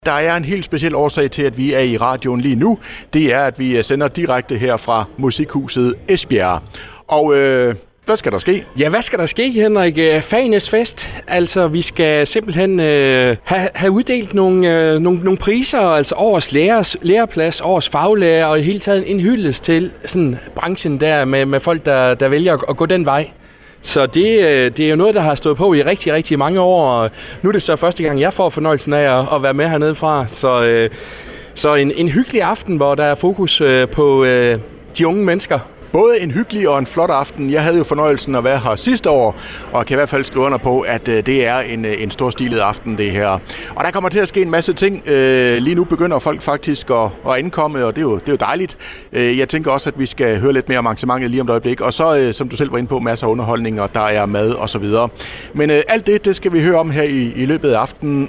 Der er en helt speciel årsag til, at vi er i radioen lige nu. Det er, at vi sender direkte her fra Musikhuset Esbjerg. Og hvad skal der ske? Ja, hvad skal der ske, Henrik? Fagenes fest. Altså, vi skal simpelthen have uddelt nogle priser, altså årets læreplads, årets faglærer, og i hele taget en hyldest til sådan branchen der med folk, der vælger at gå den vej. Så det er jo noget, der har stået på i rigtig, rigtig mange år, og nu er det så første gang, jeg får fornøjelsen af at være med hernede fra. Så en hyggelig aften, hvor der er fokus på de unge mennesker. Både en hyggelig og en flot aften. Jeg havde jo fornøjelsen at være her sidste år, og kan i hvert fald skrive under på, at det er en storstilet aften, det her. Og der kommer til at ske en masse ting. Lige nu begynder folk faktisk at indkomme, og det er jo dejligt. Jeg tænker også, at vi skal høre lidt mere om arrangementet lige om et øjeblik. Og så, som du selv var inde på, masser af underholdning, og der er mad og så videre. Men alt det skal vi høre om her i løbet af aftenen.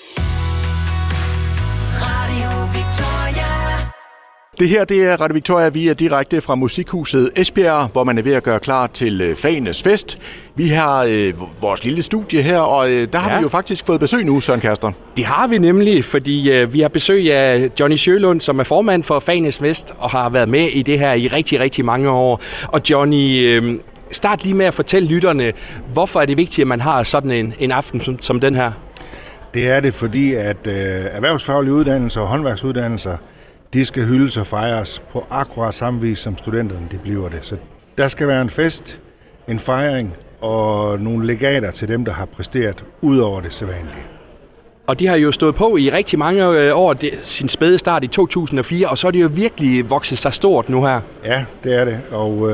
Det her, det er Radio Victoria. Vi er direkte fra Musikhuset Esbjerg, hvor man er ved at gøre klar til Fagenes fest. Vi har vores lille studie her, og der har vi jo faktisk fået besøg nu, Søren Kaster. Det har vi nemlig, fordi vi har besøg af Johnny Sjølund, som er formand for Fagenes fest, og har været med i det her i rigtig, rigtig mange år. Og Johnny, start lige med at fortælle lytterne, hvorfor er det vigtigt, at man har sådan en aften som den her? Det er det, fordi at erhvervsfaglige uddannelser og håndværksuddannelser, de skal hyldes og fejres på akkurat samme vis, som studenterne de bliver det. Så der skal være en fest, en fejring og nogle legater til dem, der har præsteret ud over det sædvanlige. Og de har jo stået på i rigtig mange år, sin spæde start i 2004, og så er det jo virkelig vokset sig stort nu her. Ja, det er det. Og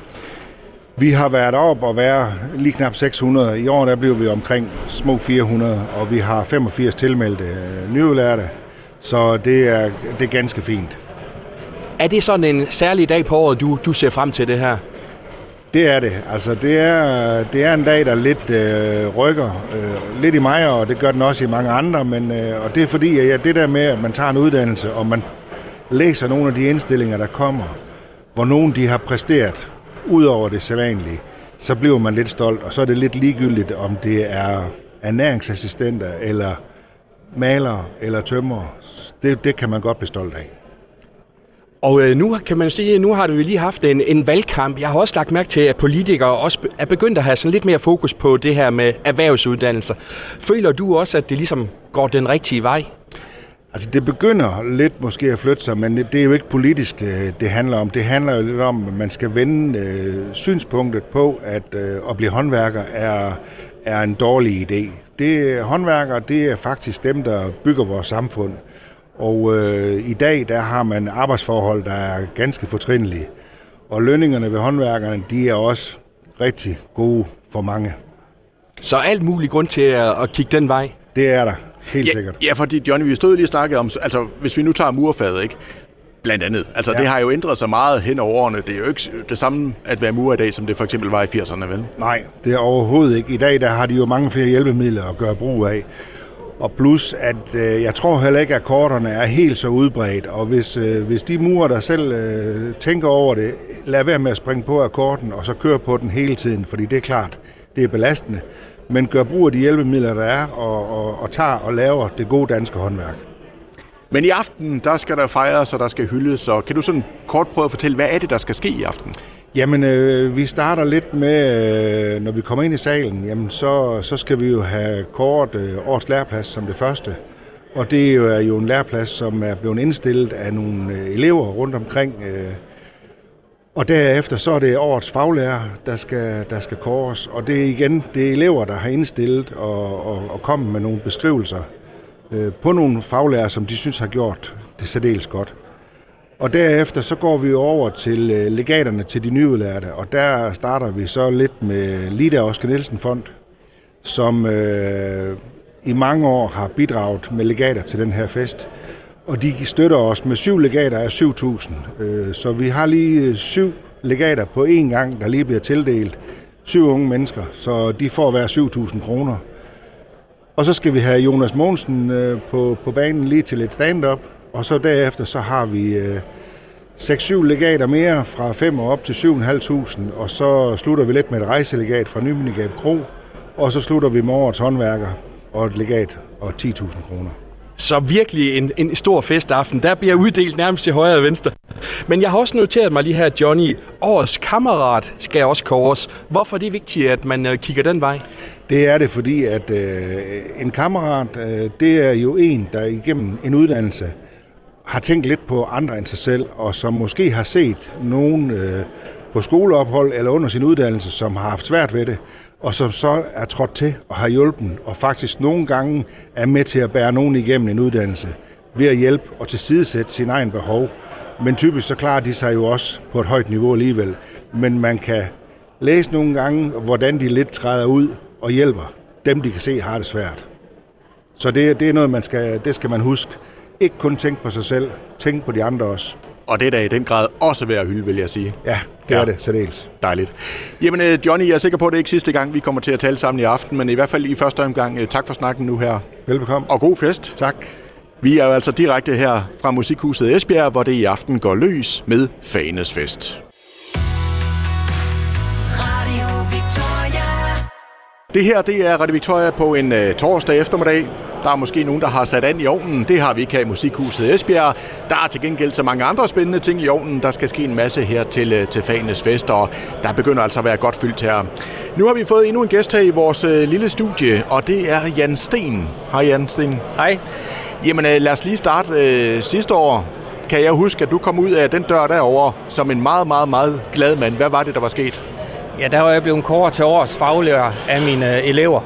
vi har været op og være lige knap 600. I år der bliver vi omkring små 400, og vi har 85 tilmeldte nyudlærte. Så det er ganske fint. Er det sådan en særlig dag på året, du ser frem til det her? Det er det. Altså, det er en dag, der lidt rykker lidt i mig, og det gør den også i mange andre. Og det er fordi, at det der med, at man tager en uddannelse, og man læser nogle af de indstillinger, der kommer, hvor nogen de har præsteret ud over det sædvanlige, så bliver man lidt stolt, og så er det lidt ligegyldigt, om det er ernæringsassistenter, eller malere eller tømrere. Det kan man godt blive stolt af. Og nu kan man sige, nu har vi lige haft en valgkamp. Jeg har også lagt mærke til, at politikere også er begyndt at have sådan lidt mere fokus på det her med erhvervsuddannelser. Føler du også, at det ligesom går den rigtige vej? Altså det begynder lidt måske at flytte sig, men det er jo ikke politisk, det handler om. Det handler jo lidt om, at man skal vende synspunktet på, at blive håndværker er en dårlig idé. Håndværkere, det er faktisk dem, der bygger vores samfund. Og i dag, der har man arbejdsforhold, der er ganske fortrindelige. Og lønningerne ved håndværkerne, de er også rigtig gode for mange. Så alt mulig grund til at kigge den vej? Det er der, helt sikkert. Ja, fordi Johnny, vi stod lige og snakkede om, altså hvis vi nu tager murfaget, ikke? Blandt andet. Altså det har jo ændret sig meget hen over årene. Det er jo ikke det samme at være murer i dag, som det for eksempel var i 80'erne, vel? Nej, det er overhovedet ikke. I dag der har de jo mange flere hjælpemidler at gøre brug af. Og plus, at jeg tror heller ikke, at akkorderne er helt så udbredt. Og hvis de murer, der selv tænker over det, lad være med at springe på akkorden, og så køre på den hele tiden, fordi det er klart, det er belastende. Men gør brug af de hjælpemidler, der er, og tager og laver det gode danske håndværk. Men i aften, der skal der fejres, og der skal hyldes. Og kan du sådan kort prøve at fortælle, hvad er det, der skal ske i aften? Jamen, vi starter lidt med, når vi kommer ind i salen, jamen, så skal vi jo have kåret årets læreplads som det første. Og det er jo en læreplads, som er blevet indstillet af nogle elever rundt omkring. Og derefter så er det årets faglærer, der skal kåres. Og det er igen det er elever, der har indstillet og kommet med nogle beskrivelser på nogle faglærer, som de synes har gjort det særdeles godt. Og derefter så går vi over til legaterne til de nyudlærte, og der starter vi så lidt med Lida Oscar Nielsen Fond, som i mange år har bidraget med legater til den her fest. Og de støtter os med 7 legater af 7.000. Så vi har lige 7 legater på én gang, der lige bliver tildelt 7 unge mennesker, så de får hver 7.000 kroner. Og så skal vi have Jonas Mogensen på banen lige til et stand-up, og så derefter så har vi 6-7 legater mere fra 5 og op til 7.500, og så slutter vi lidt med et rejselegat fra Nymindegab Kro, og så slutter vi med årets håndværker og et legat og 10.000 kroner. Så virkelig en stor festaften. Der bliver uddelt nærmest til højre og venstre. Men jeg har også noteret mig lige her, Johnny, årets kammerat skal også kåres. Hvorfor er det vigtigt, at man kigger den vej? Det er det, fordi at en kammerat, det er jo en, der igennem en uddannelse har tænkt lidt på andre end sig selv, og som måske har set nogen på skoleophold eller under sin uddannelse, som har haft svært ved det, og som så er trådt til og har hjulpet, og faktisk nogle gange er med til at bære nogen igennem en uddannelse ved at hjælpe og tilsidesætte sin egen behov. Men typisk så klarer de sig jo også på et højt niveau alligevel. Men man kan læse nogle gange, hvordan de lidt træder ud og hjælper dem, de kan se har det svært. Så det er noget, det skal man huske. Ikke kun tænke på sig selv, tænke på de andre også. Og det er da i den grad også værd at hylde, vil jeg sige. Ja, det er det, særdeles. Dejligt. Jamen, Johnny, jeg er sikker på, at det ikke sidste gang, vi kommer til at tale sammen i aften, men i hvert fald i første omgang, tak for snakken nu her. Velbekomme. Og god fest. Tak. Vi er jo altså direkte her fra Musikhuset Esbjerg, hvor det i aften går løs med Fanes Fest. Radio Victoria. Det her, det er Radio Victoria på en torsdag eftermiddag. Der er måske nogen, der har sat an i ovnen. Det har vi ikke her i Musikhuset Esbjerg. Der er til gengæld så mange andre spændende ting i ovnen. Der skal ske en masse her til Fanes Fest, og der begynder altså at være godt fyldt her. Nu har vi fået endnu en gæst her i vores lille studie, og det er Jan Steen. Hej Jan Steen. Hej. Jamen lad os lige starte. Sidste år kan jeg huske, at du kom ud af den dør derovre som en meget, meget, meget glad mand. Hvad var det, der var sket? Ja, der var jeg blevet kåret til årets faglærer af mine elever.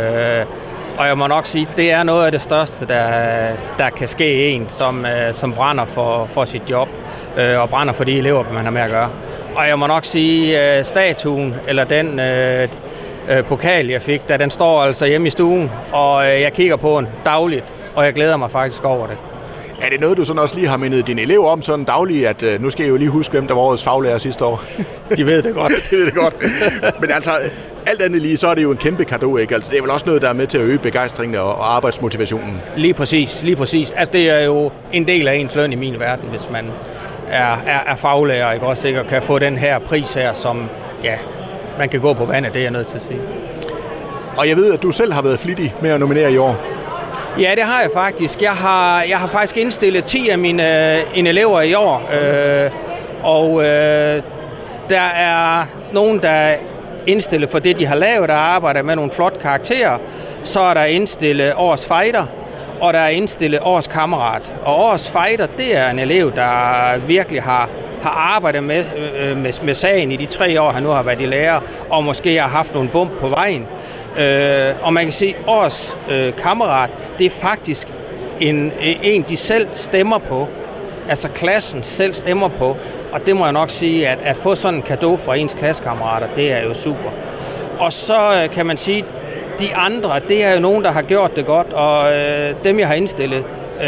Og jeg må nok sige, det er noget af det største, der kan ske en, som brænder for sit job og brænder for de elever, man har med at gøre. Og jeg må nok sige, statuen, eller den pokal, jeg fik, den står altså hjemme i stuen, og jeg kigger på den dagligt, og jeg glæder mig faktisk over det. Er det noget, du sådan også lige har mindet dine elever om sådan dagligt, at nu skal jeg jo lige huske, hvem der var årets faglærer sidste år? De ved det godt. De ved det godt. Men altså, alt andet lige, så er det jo en kæmpe cadeau, ikke? Altså, det er vel også noget, der er med til at øge begejstringen og arbejdsmotivationen. Lige præcis. Altså, det er jo en del af ens løn i min verden, hvis man er faglærer, ikke? Også sikkert kan få den her pris her, som man kan gå på vandet, det er jeg nødt til at sige. Og jeg ved, at du selv har været flittig med at nominere i år. Ja, det har jeg faktisk. Jeg har faktisk indstillet 10 af mine elever i år, og der er nogen, der er indstillet for det, de har lavet, der arbejder med nogle flotte karakterer. Så er der indstillet årets fighter, og der er indstillet årets kammerat. Og årets fighter, det er en elev, der virkelig har arbejdet med sagen i de 3 år, han nu har været i lærer, og måske har haft nogle bump på vejen. Og man kan sige, at årets kammerat, det er faktisk en de selv stemmer på. Altså klassen selv stemmer på. Og det må jeg nok sige, at få sådan en cadeau fra ens klassekammerater, det er jo super. Og så kan man sige, de andre, det er jo nogen, der har gjort det godt, og dem, jeg har indstillet,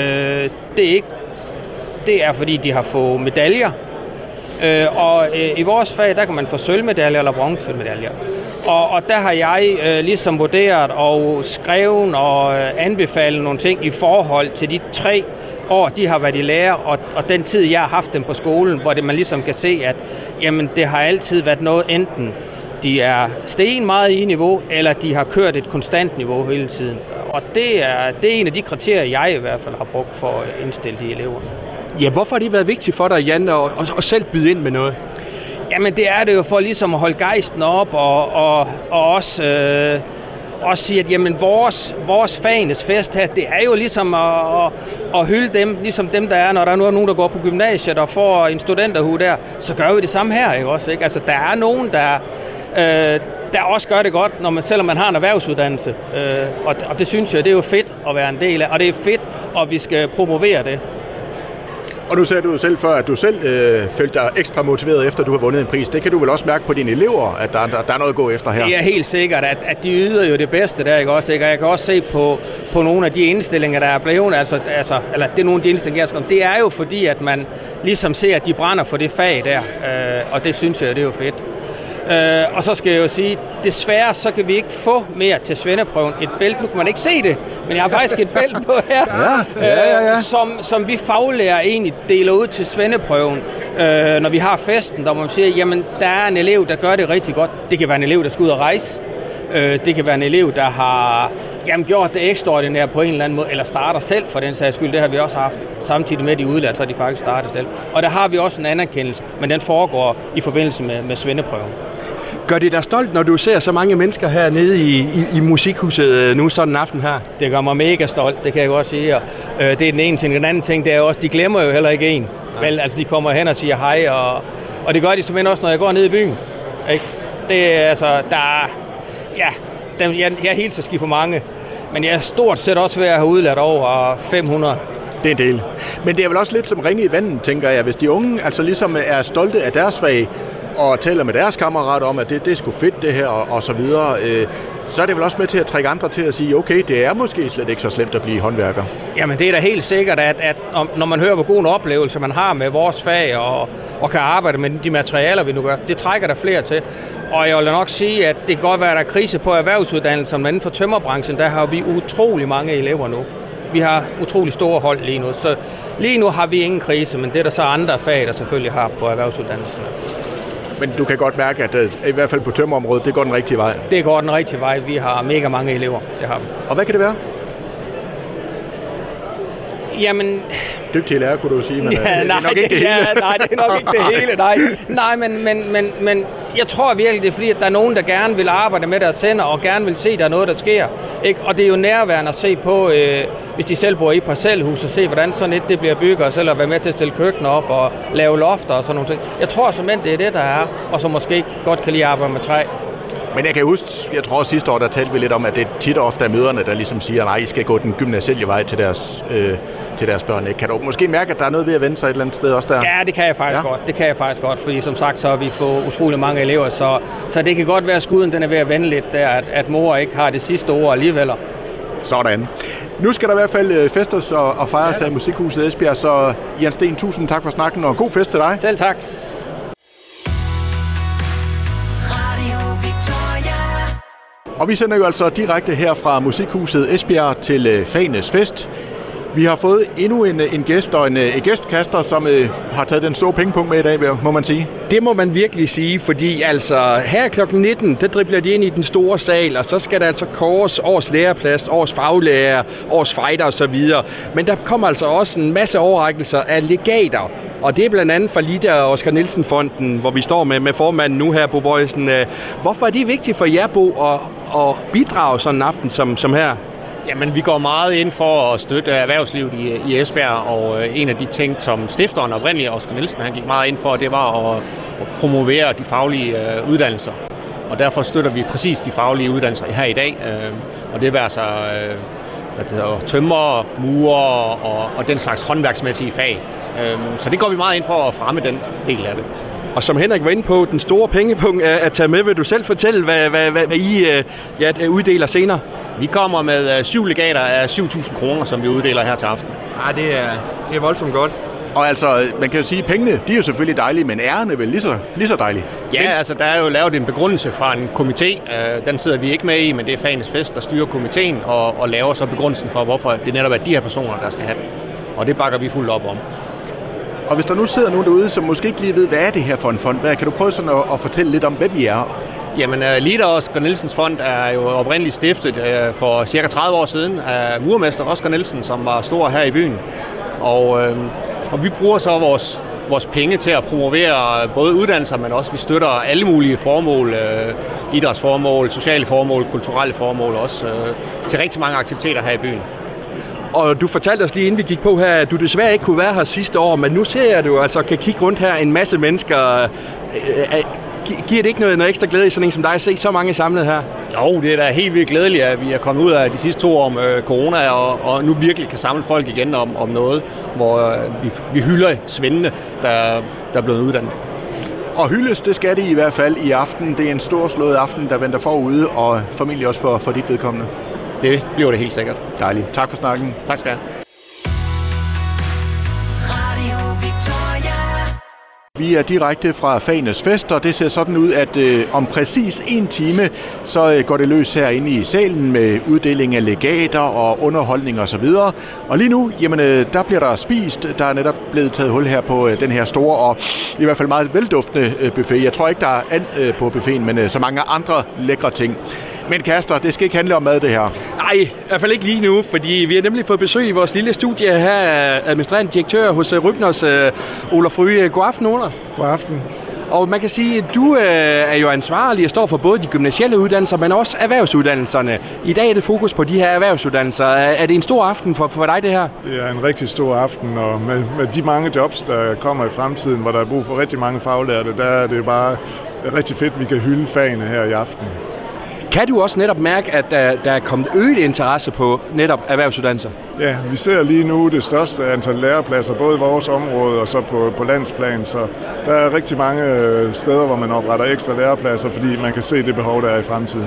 det er fordi, de har fået medaljer. Og i vores fag, der kan man få sølvmedaljer eller bronzemedaljer. Og der har jeg ligesom vurderet og skrevet og anbefalet nogle ting i forhold til de 3 år, de har været i lære, og den tid, jeg har haft dem på skolen, hvor man ligesom kan se, at jamen, det har altid været noget, enten de er stegen meget i niveau, eller de har kørt et konstant niveau hele tiden. Og det er en af de kriterier, jeg i hvert fald har brugt for at indstille de elever. Ja, hvorfor har det været vigtigt for dig, Jan, at selv byde ind med noget? Jamen, det er det jo for ligesom at holde gejsten op og også sige, at jamen, vores fanes fest her, det er jo ligesom at hylde dem, ligesom dem, der er, når der er nogen, der går på gymnasiet og får en studenterhue der, så gør vi det samme her, ikke også? Ikke? Altså, der er nogen, der også gør det godt, selvom man har en erhvervsuddannelse. Og det synes jeg, det er jo fedt at være en del af, og det er fedt, og vi skal promovere det. Og nu sagde du jo selv før, at du selv følte dig ekstra motiveret efter, at du har vundet en pris. Det kan du vel også mærke på dine elever, at der er noget at gå efter her? Det er helt sikkert, at de yder jo det bedste der, ikke også? Ikke? Og jeg kan også se på nogle af de indstillinger, der er blevet, eller det er nogle af de indstillinger, jeg skal om. Det er jo fordi, at man ligesom ser, at de brænder for det fag der, og det synes jeg, det er jo fedt. Og så skal jeg jo sige, desværre så kan vi ikke få mere til svendeprøven. Et bælte, nu kan man ikke se det, men jeg har faktisk et bælte på her, som vi faglærer egentlig deler ud til svendeprøven, når vi har festen, der må man sige, jamen der er en elev, der gør det rigtig godt. Det kan være en elev, der skal ud og rejse. Det kan være en elev, der jamen, gjort det ekstraordinært på en eller anden måde, eller starter selv for den sags skyld. Det har vi også haft. Samtidig med de udlært, så de faktisk starter selv. Og der har vi også en anerkendelse, men den foregår i forbindelse med svendeprøven. Gør det dig stolt, når du ser så mange mennesker hernede i Musikhuset nu sådan en aften her? Det gør mig mega stolt, det kan jeg godt sige. Det er den ene ting. Den anden ting, det er også, de glemmer jo heller ikke en. Vel, altså, de kommer hen og siger hej, og det gør de simpelthen også, når jeg går ned i byen. Ikke? Det er altså, der er, ja, jeg hilser skidt på mange, men jeg er stort set også ved at have udlært over 500. Det er en del. Men det er vel også lidt som ringe i vandet, tænker jeg. Hvis de unge altså ligesom er stolte af deres fag, og taler med deres kammerater om, at det er sgu fedt det her, og så videre, så er det vel også med til at trække andre til at sige, okay, det er måske slet ikke så slemt at blive håndværker. Jamen det er da helt sikkert, at når man hører, hvor god en oplevelse man har med vores fag, og kan arbejde med de materialer, vi nu gør, det trækker der flere til. Og jeg vil nok sige, at det kan godt være, at der er krise på erhvervsuddannelsen, men inden for tømmerbranchen, der har vi utrolig mange elever nu. Vi har utrolig store hold lige nu, så lige nu har vi ingen krise, men det er der så andre fag, der selvfølgelig har på erhvervsuddannelsen. Men du kan godt mærke, at i hvert fald på tømmerområdet, det går den rigtige vej. Det går den rigtige vej. Vi har mega mange elever. Det har vi. Og hvad kan det være? Jamen... Dygtige lærer, kunne du sige, men ja, det er nok ikke det hele. Nej, det er nok ikke det hele, nej. Men jeg tror virkelig, det er fordi, at der er nogen, der gerne vil arbejde med deres hænder, og gerne vil se, at der er noget, der sker. Ikke? Og det er jo nærværende at se på, hvis de selv bor i et parcelhus, og se, hvordan sådan et det bliver bygget, og selv at være med til at stille køkkener op, og lave lofter og sådan nogle ting. Jeg tror simpelthen, det er det, der er, og så måske godt kan lide at arbejde med træ. Men jeg kan huske, jeg tror sidste år, der talte vi lidt om, at det tit og ofte er møderne, der ligesom siger, nej, I skal gå den gymnasielle vej til deres børn. Kan du måske mærke, at der er noget ved at vende sig et eller andet sted også der? Ja, det kan jeg faktisk godt. Det kan jeg faktisk godt, fordi som sagt, så har vi fået utrolig mange elever, så det kan godt være, at skuden den er ved at vende lidt der, at mor ikke har det sidste ord alligevel. Sådan. Nu skal der i hvert fald festes og fejres af Musikhuset Esbjerg, så Jens Sten, tusind tak for snakken, og god fest til dig. Selv tak. Og vi sender jo altså direkte her fra Musikhuset Esbjerg til Fanes Fest. Vi har fået endnu en gæst og en gæstkaster, som har taget den store pengepunkt med i dag, må man sige. Det må man virkelig sige, fordi altså her kl. 19, der dribler de ind i den store sal, og så skal der altså kåres års læreplads, års faglærer, års fighter osv. Men der kommer altså også en masse overrækkelser af legater. Og det er blandt andet fra Lida og Oscar Nielsen Fonden, hvor vi står med formanden nu her, Bo Bøjsen. Hvorfor er det vigtigt for jer, Bo, at bidrage sådan en aften som her? Jamen, vi går meget ind for at støtte erhvervslivet i Esbjerg, og en af de ting, som stifteren oprindeligt, Oscar Nielsen, han gik meget ind for, det var at promovere de faglige uddannelser. Og derfor støtter vi præcis de faglige uddannelser her i dag. Og det er altså tømrer, murer og den slags håndværksmæssige fag. Så det går vi meget ind for at fremme den del af det. Og som Henrik var inde på, den store pengepunkt at tage med. Vil du selv fortælle, hvad I uddeler senere? Vi kommer med 7 legater af 7.000 kroner, som vi uddeler her til aften. Ja, det er voldsomt godt. Og altså, man kan jo sige, at pengene, de er jo selvfølgelig dejlige, men æren er vel lige så dejlige. Ja, altså der er jo lavet en begrundelse fra en komité. Den sidder vi ikke med i, men det er Fanes Fest, der styrer komiteen og laver så begrundelsen for, hvorfor det netop er de her personer, der skal have den. Og det bakker vi fuldt op om. Og hvis der nu sidder nogen derude, som måske ikke lige ved, hvad er det her for en fond? Kan du prøve sådan at fortælle lidt om, hvem I er? Jamen, Lida Oscar Nielsens Fond er jo oprindeligt stiftet for cirka 30 år siden af murmester Oscar Nielsen, som var stor her i byen. Og vi bruger så vores penge til at promovere både uddannelser, men også vi støtter alle mulige formål, idrætsformål, sociale formål, kulturelle formål også, til rigtig mange aktiviteter her i byen. Og du fortalte os lige inden vi gik på her, at du desværre ikke kunne være her sidste år, men nu ser jeg, at du altså kan kigge rundt her, en masse mennesker. Giver det ikke noget ekstra glæde i sådan en som dig at se så mange samlet her? Jo, det er da helt vildt glædeligt, at vi er kommet ud af de sidste 2 år med corona, og nu virkelig kan samle folk igen om noget, hvor vi hylder svendene, der er blevet uddannet. Og hyldes, det skal det i hvert fald i aften. Det er en storslået aften, der venter forude, og formentlig også for dit vedkommende. Det bliver det helt sikkert. Dejligt. Tak for snakken. Tak skal jeg have. Vi er direkte fra Fanes Fest, og det ser sådan ud, at om præcis 1 time, så går det løs herinde i salen med uddeling af legater og underholdning og så videre. Og lige nu, jamen, der bliver der spist. Der er netop blevet taget hul her på den her store og i hvert fald meget velduftende buffet. Jeg tror ikke, der er and på buffeten, men så mange andre lækre ting. Men Kasper, det skal ikke handle om mad, det her. Nej, i hvert fald ikke lige nu, fordi vi har nemlig fået besøg i vores lille studie her af administrerende direktør hos Rybners, Olaf Ryge. God aften, Olaf. God aften. Og man kan sige, at du er jo ansvarlig og står for både de gymnasielle uddannelser, men også erhvervsuddannelserne. I dag er det fokus på de her erhvervsuddannelser. Er det en stor aften for dig, det her? Det er en rigtig stor aften, og med de mange jobs, der kommer i fremtiden, hvor der er brug for rigtig mange faglærte, der er det bare rigtig fedt, at vi kan hylde fagene her i aften. Kan du også netop mærke, at der er kommet øget interesse på netop erhvervsuddannelser? Ja, vi ser lige nu det største antal lærepladser, både i vores område og så på landsplan, så der er rigtig mange steder, hvor man opretter ekstra lærepladser, fordi man kan se det behov, der er i fremtiden.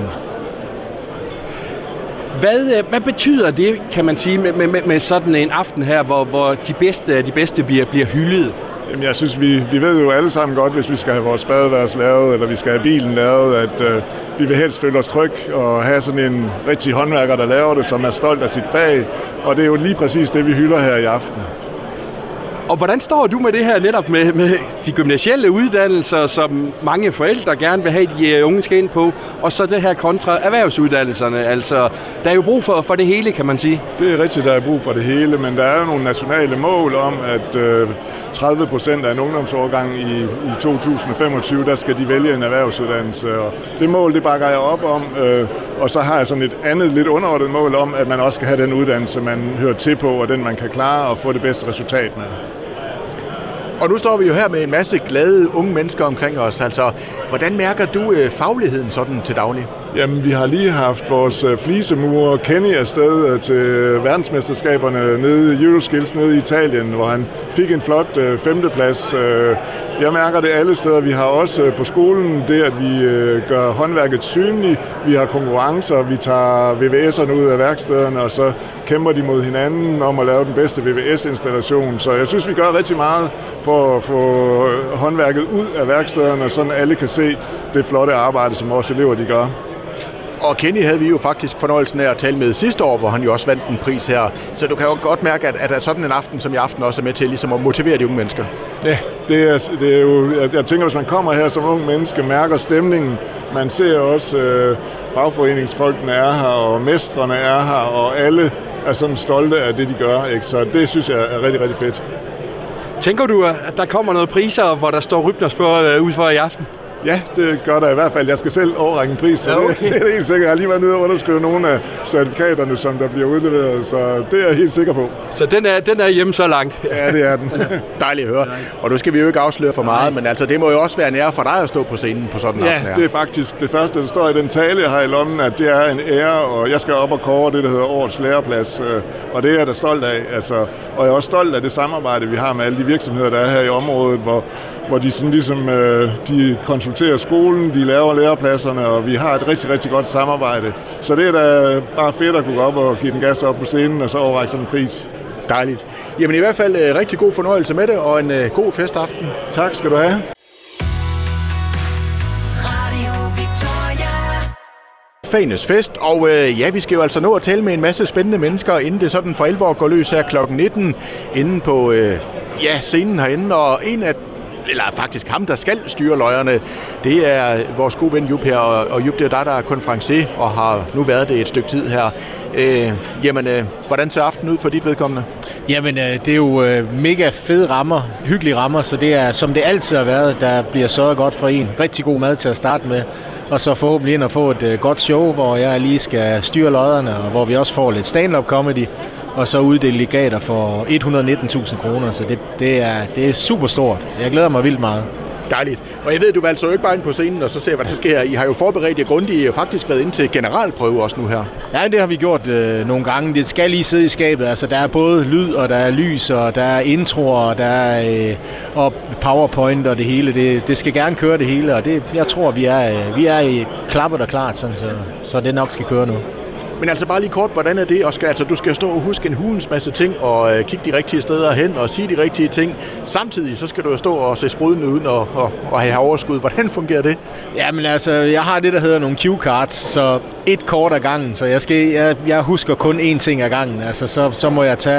Hvad betyder det, kan man sige, med sådan en aften her, hvor de bedste bliver hyldet? Jamen, jeg synes, vi ved jo alle sammen godt, hvis vi skal have vores badeværelse lavet, eller vi skal have bilen lavet, at vi vil helst føle os tryg og have sådan en rigtig håndværker, der laver det, som er stolt af sit fag. Og det er jo lige præcis det, vi hylder her i aften. Og hvordan står du med det her netop med de gymnasielle uddannelser, som mange forældre gerne vil have de unge skal ind på, og så det her kontra erhvervsuddannelserne? Altså, der er jo brug for det hele, kan man sige. Det er rigtigt, der er brug for det hele, men der er jo nogle nationale mål om, at 30% af en ungdomsårgang i 2025, der skal de vælge en erhvervsuddannelse. Og det mål, det bakker jeg op om, og så har jeg sådan et andet, lidt underordnet mål om, at man også skal have den uddannelse, man hører til på, og den man kan klare og få det bedste resultat med. Og nu står vi jo her med en masse glade unge mennesker omkring os. Altså, hvordan mærker du fagligheden sådan til daglig? Jamen, vi har lige haft vores flisemurer Kenny afsted til verdensmesterskaberne nede i Euroskills nede i Italien, hvor han fik en flot 5. plads. Jeg mærker det alle steder. Vi har også på skolen det, at vi gør håndværket synligt. Vi har konkurrencer, vi tager VVS'erne ud af værkstederne, og så kæmper de mod hinanden om at lave den bedste VVS-installation. Så jeg synes, vi gør rigtig meget for at få håndværket ud af værkstederne, så alle kan se det flotte arbejde, som vores elever de gør. Og Kenny havde vi jo faktisk fornøjelsen af at tale med sidste år, hvor han jo også vandt en pris her. Så du kan jo godt mærke, at sådan en aften som i aften også er med til ligesom at motivere de unge mennesker. Ja, det er jo, jeg tænker, hvis man kommer her som ung menneske, mærker stemningen. Man ser også fagforeningsfolkene er her, og mestrene er her, og alle er sådan stolte af det, de gør. Ikke? Så det synes jeg er rigtig, rigtig fedt. Tænker du, at der kommer noget priser, hvor der står Rybners på ude for i aften? Ja, det gør der i hvert fald. Jeg skal selv overrække en pris, så ja, okay. det er helt sikkert. Jeg har lige været nede og underskrive nogle af certifikaterne, som der bliver udleveret, så det er jeg helt sikker på. Så den er hjemme så langt? Ja, det er den. Dejligt at høre. Og nu skal vi jo ikke afsløre for meget, men altså, det må jo også være en ære for dig at stå på scenen på sådan en aften her. Ja, det er faktisk det første, der står i den tale, jeg har i lommen, at det er en ære, og jeg skal op og kåre det, der hedder Årets Læreplads, og det er jeg da stolt af. Altså, og jeg er også stolt af det samarbejde, vi har med alle de virksomheder, der er her i området, hvor de sådan ligesom, de konsulterer skolen, de laver lærepladserne, og vi har et rigtig, rigtig godt samarbejde. Så det er da bare fedt at kunne gå op og give den gas op på scenen, og så overrække sådan en pris. Dejligt. Jamen i hvert fald rigtig god fornøjelse med det, og en god festaften. Tak skal du have. Fagenes fest, og ja, vi skal jo altså nå at tale med en masse spændende mennesker, inden det sådan for alvor går løs her kl. 19, inde på scenen herinde, og en af eller faktisk ham, der skal styre løjerne, det er vores gode ven Jupp her, og Jupp, det er dig, der er konferencier, og har nu været det et stykke tid her. Hvordan ser aftenen ud for dit vedkommende? Jamen, det er jo mega fede rammer, hyggelige rammer, så det er, som det altid har været, der bliver sørget godt for en. Rigtig god mad til at starte med, og så forhåbentlig ind og få et godt show, hvor jeg lige skal styre løjerne, og hvor vi også får lidt stand-up comedy, og så uddele legater for 119.000 kroner, så det er super stort. Jeg glæder mig vildt meget. Dejligt. Og jeg ved, du valgte så ikke bare ind på scenen og så ser, hvad der sker. I har jo forberedt jer grundigt og faktisk været ind til generalprøve også nu her. Ja, det har vi gjort nogle gange. Det skal lige sidde i skabet. Altså, der er både lyd, og der er lys, og der er introer, og der er og PowerPoint og det hele. Det skal gerne køre det hele, og jeg tror, vi er i klappet og klart, sådan, så det nok skal køre nu. Men altså bare lige kort, hvordan er det? Du skal stå og huske en hulens masse ting og kigge de rigtige steder hen og sige de rigtige ting. Samtidig så skal du jo stå og se sprudende uden og have overskud. Hvordan fungerer det? Jamen altså, jeg har det, der hedder nogle cue cards, så et kort ad gangen. Så jeg husker kun én ting ad gangen. Altså, så må jeg tage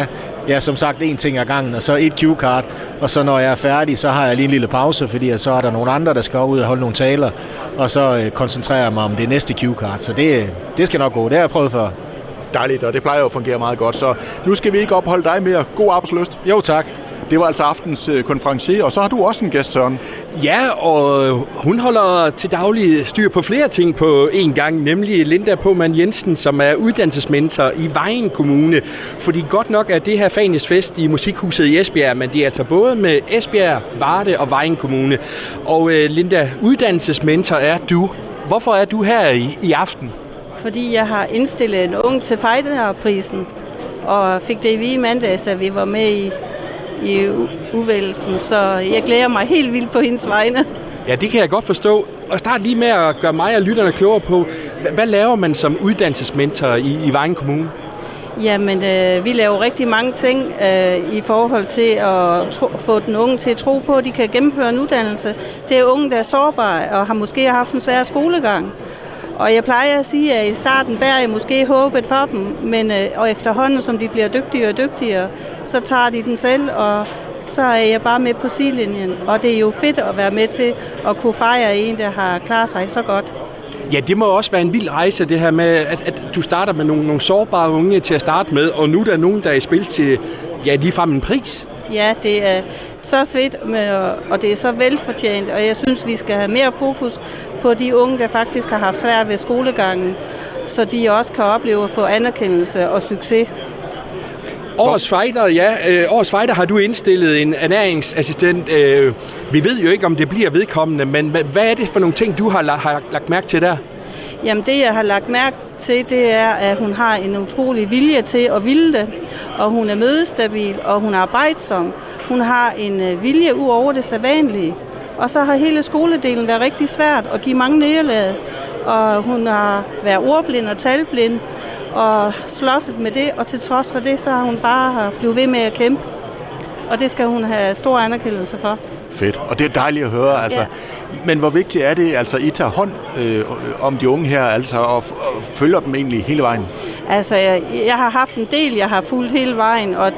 ja, som sagt, en ting ad gangen, og så et cue-card, og så når jeg er færdig, så har jeg lige en lille pause, fordi så er der nogle andre, der skal ud og holde nogle taler, og så koncentrerer jeg mig om det næste cue-card. Så det skal nok gå. Det har jeg prøvet før. Dejligt, og det plejer jo at fungere meget godt. Så nu skal vi ikke opholde dig mere. God arbejdslyst. Jo, tak. Det var altså aftens konferencier, og så har du også en gæst, Søren. Ja, og hun holder til daglig styr på flere ting på en gang, nemlig Linda Påmann Jensen, som er uddannelsesmentor i Vejen Kommune. Fordi godt nok er det her Fanes Fest i Musikhuset i Esbjerg, men det er altså både med Esbjerg, Varde og Vejen Kommune. Og Linda, uddannelsesmentor er du. Hvorfor er du her i aften? Fordi jeg har indstillet en ung til Fejderprisen, og fik det i vige mandags, at vi var med i udvælgelsen, så jeg glæder mig helt vildt på hendes vegne. Ja, det kan jeg godt forstå. Og start lige med at gøre mig og lytterne klogere på, hvad laver man som uddannelsesmentor i Vejen Kommune? Jamen, vi laver rigtig mange ting i forhold til at få den unge til at tro på, at de kan gennemføre en uddannelse. Det er unge, der er sårbare og har måske haft en svær skolegang. Og jeg plejer at sige, at i starten bærer jeg måske håbet for dem, men og efterhånden, som de bliver dygtigere og dygtigere, så tager de den selv, og så er jeg bare med på sidelinjen. Og det er jo fedt at være med til at kunne fejre en, der har klaret sig så godt. Ja, det må også være en vild rejse, det her med, at du starter med nogle sårbare unge til at starte med, og nu er der nogen, der er i spil til, ja, ligefrem en pris. Ja, det er så fedt, og det er så velfortjent, og jeg synes, vi skal have mere fokus på de unge, der faktisk har haft svært ved skolegangen, så de også kan opleve at få anerkendelse og succes. Årets Fighter har du indstillet en ernæringsassistent. Vi ved jo ikke, om det bliver vedkommende, men hvad er det for nogle ting, du har lagt mærke til der? Jamen det, jeg har lagt mærke til, det er, at hun har en utrolig vilje til at ville det, og hun er mødestabil, og hun er arbejdsom. Hun har en vilje ud over det sædvanlige, og så har hele skoledelen været rigtig svært at give mange nederlag, og hun har været ordblind og talblind, og slåsset med det, og til trods for det, så har hun bare blevet ved med at kæmpe. Og det skal hun have stor anerkendelse for. Fedt, og det er dejligt at høre. Altså. Ja. Men hvor vigtigt er det, altså I tager hånd om de unge her, altså, og følger dem egentlig hele vejen? Altså, jeg har haft en del, jeg har fulgt hele vejen, og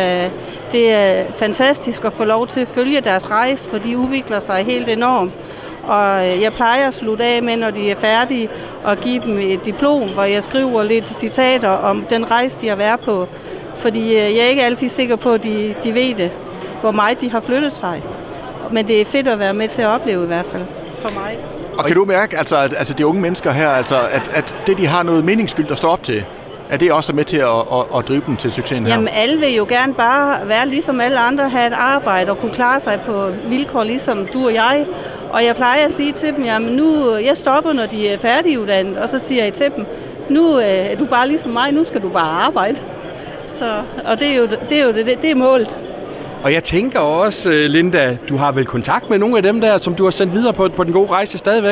det er fantastisk at få lov til at følge deres rejse, for de udvikler sig helt enormt. Og jeg plejer at slutte af med, når de er færdige, og give dem et diplom, hvor jeg skriver lidt citater om den rejse, de har været på. Fordi jeg er ikke altid sikker på, at de ved det, hvor meget de har flyttet sig. Men det er fedt at være med til at opleve i hvert fald, for mig. Og kan du mærke, altså de unge mennesker her, altså, at det, de har noget meningsfyldt at stå op til, er det også med til at drive dem til succesen her? Jamen, alle vil jo gerne bare være ligesom alle andre, have et arbejde og kunne klare sig på vilkår ligesom du og jeg. Og jeg plejer at sige til dem, jamen nu, jeg stopper, når de er færdiguddannet, og så siger jeg til dem, nu er du bare ligesom mig, nu skal du bare arbejde. Så, og det er målet. Og jeg tænker også, Linda, du har vel kontakt med nogle af dem der, som du har sendt videre på den gode rejse stadigvæk?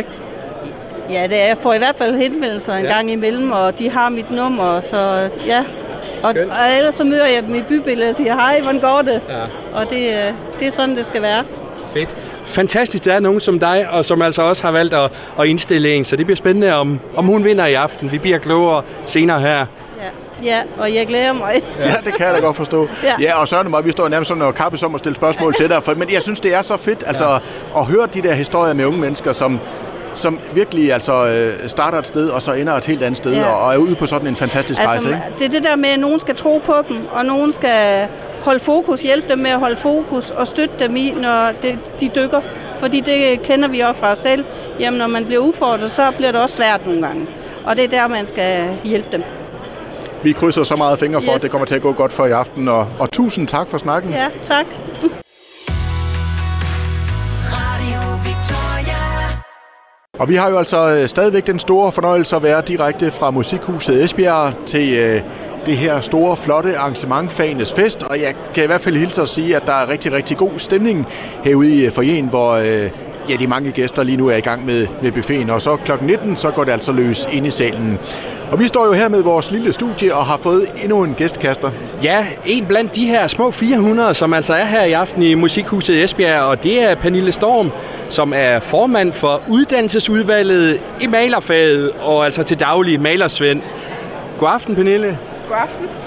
Ja, jeg får i hvert fald henvendelser en gang imellem, og de har mit nummer, så ja. Og ellers så møder jeg dem i bybilledet og siger, hej, hvordan går det? Ja. Og det er sådan, det skal være. Fedt. Fantastisk, der er nogen som dig, og som altså også har valgt at indstille en, så det bliver spændende, om hun vinder i aften. Vi bliver klogere senere her. Ja, og jeg glæder mig. Ja, det kan jeg da godt forstå. Ja, og Søren og mig, vi står nærmest sådan og kappes om at stille spørgsmål til dig. Men jeg synes, det er så fedt altså, at høre de der historier med unge mennesker, som virkelig altså, starter et sted, og så ender et helt andet sted, og er ude på sådan en fantastisk rejse. Ikke? Det er det der med, at nogen skal tro på dem, og nogen skal holde fokus, hjælpe dem med at holde fokus, og støtte dem i, når de dykker. Fordi det kender vi også fra os selv. Jamen, når man bliver udfordret, så bliver det også svært nogle gange. Og det er der, man skal hjælpe dem. Vi krydser så meget fingre for, at det kommer til at gå godt for i aften, og tusind tak for snakken. Ja, tak. Og vi har jo altså stadigvæk den store fornøjelse at være direkte fra Musikhuset Esbjerg til det her store, flotte arrangement, Fanes Fest. Og jeg kan i hvert fald hilse at sige, at der er rigtig, rigtig god stemning herude i foyeren, hvor de mange gæster lige nu er i gang med buffeten. Og så kl. 19, så går det altså løs inde i salen. Og vi står jo her med vores lille studie og har fået endnu en gæstkaster. Ja, en blandt de her små 400, som altså er her i aften i Musikhuset Esbjerg, og det er Pernille Storm, som er formand for uddannelsesudvalget i malerfaget, og altså til daglig malersvend. God aften, Pernille. God aften.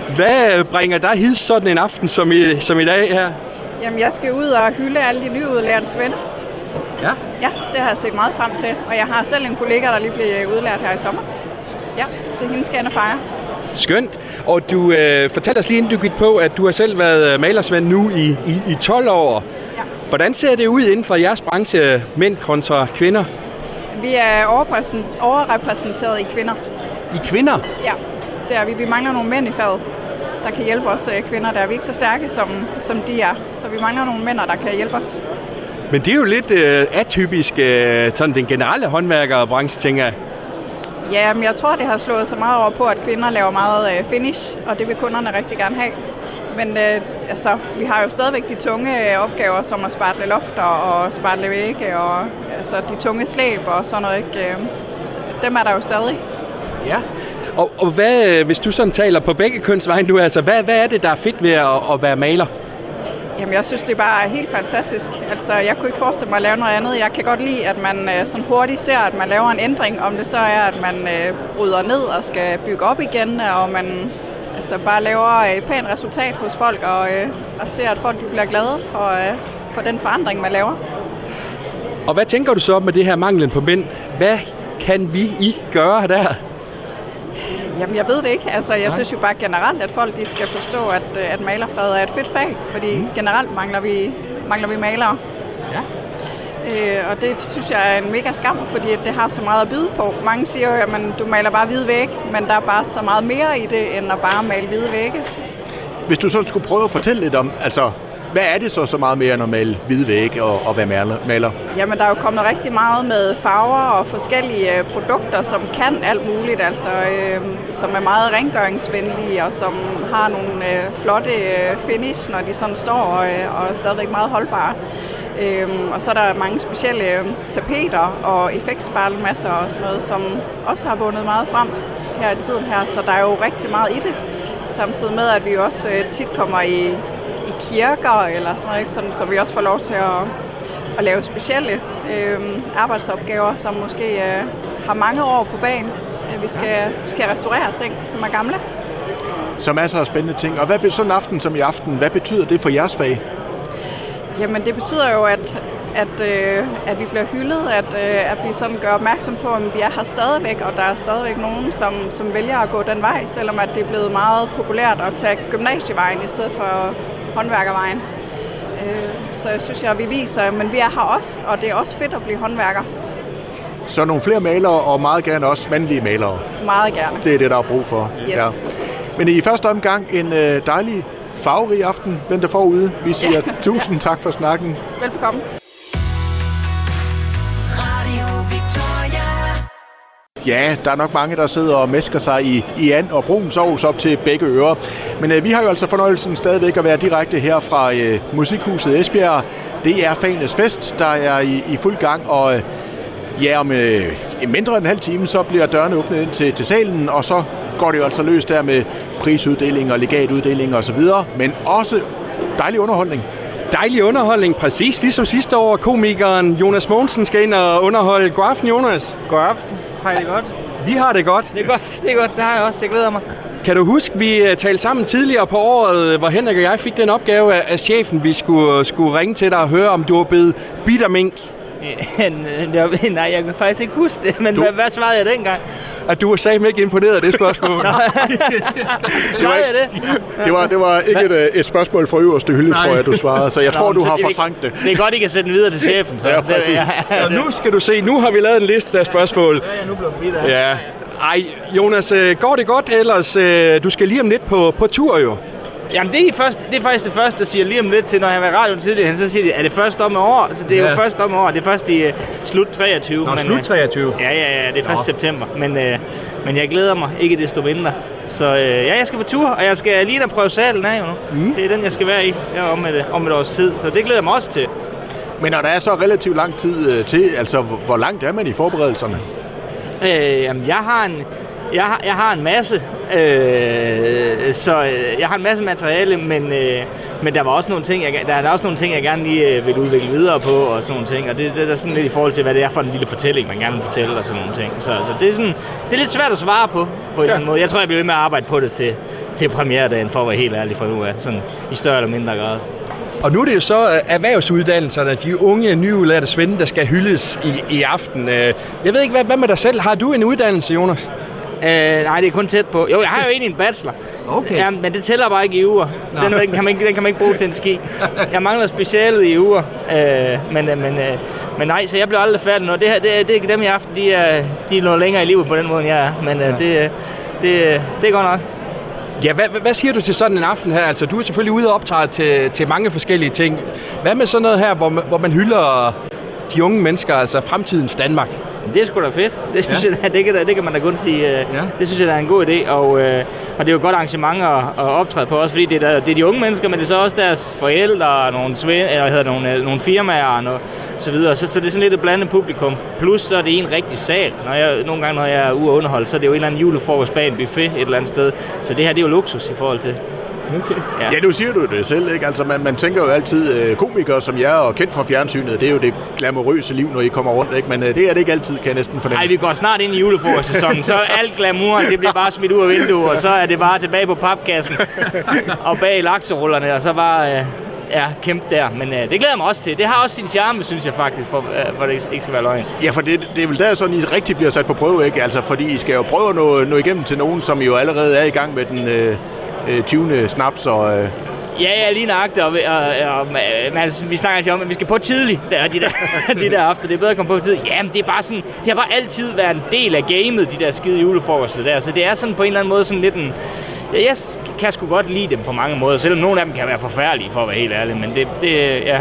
Hvad bringer dig hid sådan en aften som i dag her? Jamen, jeg skal ud og hylde alle de nyudlærte svende. Ja? Ja, det har jeg set meget frem til. Og jeg har selv en kollega, der lige blev udlært her i sommer. Ja, så hende skal jeg fejre. Skønt. Og du fortalte os lige inden du gik på, at du har selv været malersvend nu i 12 år. Ja. Hvordan ser det ud inden for jeres branche, mænd kontra kvinder? Vi er overrepræsenteret i kvinder. I kvinder? Ja, det er vi. Vi mangler nogle mænd i faget, der kan hjælpe os kvinder. Der er vi ikke så stærke, som de er. Så vi mangler nogle mænd, der kan hjælpe os. Men det er jo lidt atypisk, sådan den generelle håndværkerbranche, tænker jeg. Ja, men jeg tror, det har slået så meget over på, at kvinder laver meget finish, og det vil kunderne rigtig gerne have. Men vi har jo stadigvæk de tunge opgaver, som at spartle lofter og spartle vægge, og de tunge slæb og sådan noget. Ikke? Dem er der jo stadig. Ja. Og hvad, hvis du sådan taler på begge kønsvejen, hvad er det, der er fedt ved at være maler? Jamen, jeg synes, det er bare helt fantastisk. Altså, jeg kunne ikke forestille mig at lave noget andet. Jeg kan godt lide, at man sådan hurtigt ser, at man laver en ændring, om det så er, at man bryder ned og skal bygge op igen, og man bare laver et pænt resultat hos folk, og ser, at folk bliver glade for den forandring, man laver. Og hvad tænker du så med det her manglen på mænd? Hvad kan I gøre der? Jamen, jeg ved det ikke. Altså, jeg synes jo bare generelt, at folk de skal forstå, at malerfaget er et fedt fag, fordi generelt mangler vi malere. Ja. Og det synes jeg er en mega skam, fordi det har så meget at byde på. Mange siger jo, at du maler bare hvide vægge, men der er bare så meget mere i det, end at bare male hvide vægge. Hvis du så skulle prøve at fortælle lidt om, hvad er det så meget mere end at male hvide vægge og være maler? Jamen, der er jo kommet rigtig meget med farver og forskellige produkter, som kan alt muligt, som er meget rengøringsvenlige og som har nogle flotte finish, når de sådan står og er stadigvæk meget holdbare. Og så er der mange specielle tapeter og effektspartelmasser og sådan noget, som også har vundet meget frem her i tiden her, så der er jo rigtig meget i det. Samtidig med, at vi også tit kommer i kirker eller sådan noget, ikke? Sådan, så vi også får lov til at lave specielle arbejdsopgaver, som måske har mange år på banen. Vi skal restaurere ting, som er gamle. Så masser af spændende ting. Og hvad sådan en aften som i aften, hvad betyder det for jeres fag? Jamen, det betyder jo, at vi bliver hyldet, at vi sådan gør opmærksom på, at vi er her stadigvæk, og der er stadigvæk nogen, som vælger at gå den vej, selvom at det er blevet meget populært at tage gymnasievejen i stedet for håndværkervejen. Så jeg synes, at vi viser, men vi er her også, og det er også fedt at blive håndværker. Så nogle flere malere, og meget gerne også mandlige malere. Meget gerne. Det er det, der er brug for. Yes. Ja. Men i første omgang en dejlig, farverig aften venter forude. Vi siger tusind tak for snakken. Velbekomme. Radio Victoria. Ja, der er nok mange, der sidder og mæsker sig i and og brun sovs op til begge ører. Men vi har jo altså fornøjelsen stadigvæk at være direkte her fra Musikhuset Esbjerg. Det er Fanes Fest, der er i fuld gang, og om mindre end en halv time, så bliver dørene åbnet ind til salen, og så går det jo altså løs der med prisuddeling og legatuddeling og så videre, men også dejlig underholdning. Dejlig underholdning, præcis ligesom sidste år. Komikeren Jonas Mogensen skal ind og underholde. God aften, Jonas. God aften. Har I det godt? Vi har det godt. Det er godt. Det har jeg også. Jeg glæder mig. Kan du huske, vi talte sammen tidligere på året, hvor Henrik og jeg fik den opgave af chefen, vi skulle ringe til dig og høre, om du var blevet bittermink? Nej, jeg kan faktisk ikke huske det, men hvad svarede jeg dengang? At du var satme ikke imponeret af det spørgsmål. Det var ikke et spørgsmål fra øverste hylde, tror jeg, du svarede. Så jeg tror, du har fortrængt det. Det er godt, I kan sætte den videre til chefen. Så, så nu skal du se, nu har vi lavet en liste af spørgsmål. Ja, nu bliver det bitter. Ja. Ej, Jonas, går det godt ellers? Du skal lige om lidt på tur jo. Jamen, det er faktisk det første, der siger lige om lidt til, når jeg var i radioen tidligere, så siger de, er det først om år? Så det er jo først om år. Det er først i slut 23. Nå, slut 23? Ja, det er først september. Men jeg glæder mig ikke desto mindre. Så jeg skal på tur, og jeg skal lige prøve salen af jo nu. Det er den, jeg skal være i om et års tid, så det glæder jeg mig også til. Men når der er så relativt lang tid til, altså hvor langt er man i forberedelserne? Jamen, jeg har en masse, så jeg har en masse materiale, men der var også nogle ting, der er også nogle ting, jeg gerne lige vil udvikle videre på og sådan nogle ting, og det er sådan lidt i forhold til, hvad det er for en lille fortælling, man gerne vil fortælle og sådan nogle ting. Så det er lidt svært at svare på en eller anden måde. Jeg tror, jeg bliver ved med at arbejde på det til premieredagen, for at være helt ærlig for nu af, sådan i større eller mindre grad. Og nu er det jo så erhvervsuddannelserne, de unge, nyudlærte svende, der skal hyldes i aften. Jeg ved ikke, hvad med dig selv? Har du en uddannelse, Jonas? Nej, det er kun tæt på. Jo, jeg har jo egentlig en bachelor. Okay. Ja, men det tæller bare ikke i uger. Den kan man ikke bruge til en ski. Jeg mangler specialet i uger. Men nej, så jeg blev aldrig færdig nu. Det er dem i aften, de er noget længere i livet på den måde, end jeg er. Men det er godt nok. Ja, hvad siger du til sådan en aften her? Altså, du er selvfølgelig ude og optræde til mange forskellige ting. Hvad med sådan noget her, hvor man hylder de unge mennesker, altså fremtidens Danmark? Det er sgu da fedt. Det synes jeg, det kan man da kun sige. Det synes jeg, der er en god idé. Og det er jo et godt arrangement at optræde på, også fordi det er de unge mennesker, men det er så også deres forældre, nogle firmaer og så videre. Så det er sådan lidt et blandet publikum. Plus så er det en rigtig sal. Nogle gange, når jeg er ude at underholde, så er det jo en eller anden julefrokost bag en buffet et eller andet sted. Så det her, det er jo luksus i forhold til. Okay. Ja, nu siger du det selv, ikke? Altså, man tænker jo altid, komikere som jer og kendt fra fjernsynet, det er jo det glamourøse liv, når I kommer rundt, ikke? Men det er det ikke altid, kan jeg næsten fornemme. Nej, vi går snart ind i julefrokostsæsonen, så alt glamouren, det bliver bare smidt ud af vinduet, og så er det bare tilbage på papkassen og bag lakserullerne, og så bare kæmpe der. Men det glæder mig også til. Det har også sin charme, synes jeg faktisk, for det ikke skal være løgn. Ja, for det er vel der sådan, I rigtig bliver sat på prøve, ikke? Altså, fordi I skal jo prøve at nå igennem til nogen, som jo allerede er i gang med den 20. snaps og... Ja, lige nøjagtigt, og vi snakker altid om, at vi skal på tidligt, de der aften. Det er bedre at komme på tidligt. Jamen, det er bare sådan, det har bare altid været en del af gamet, de der skide julefrokoster der. Så det er sådan på en eller anden måde sådan lidt en... Jeg kan sgu godt lide dem på mange måder, selvom nogle af dem kan være forfærdelige, for at være helt ærlig, men ja.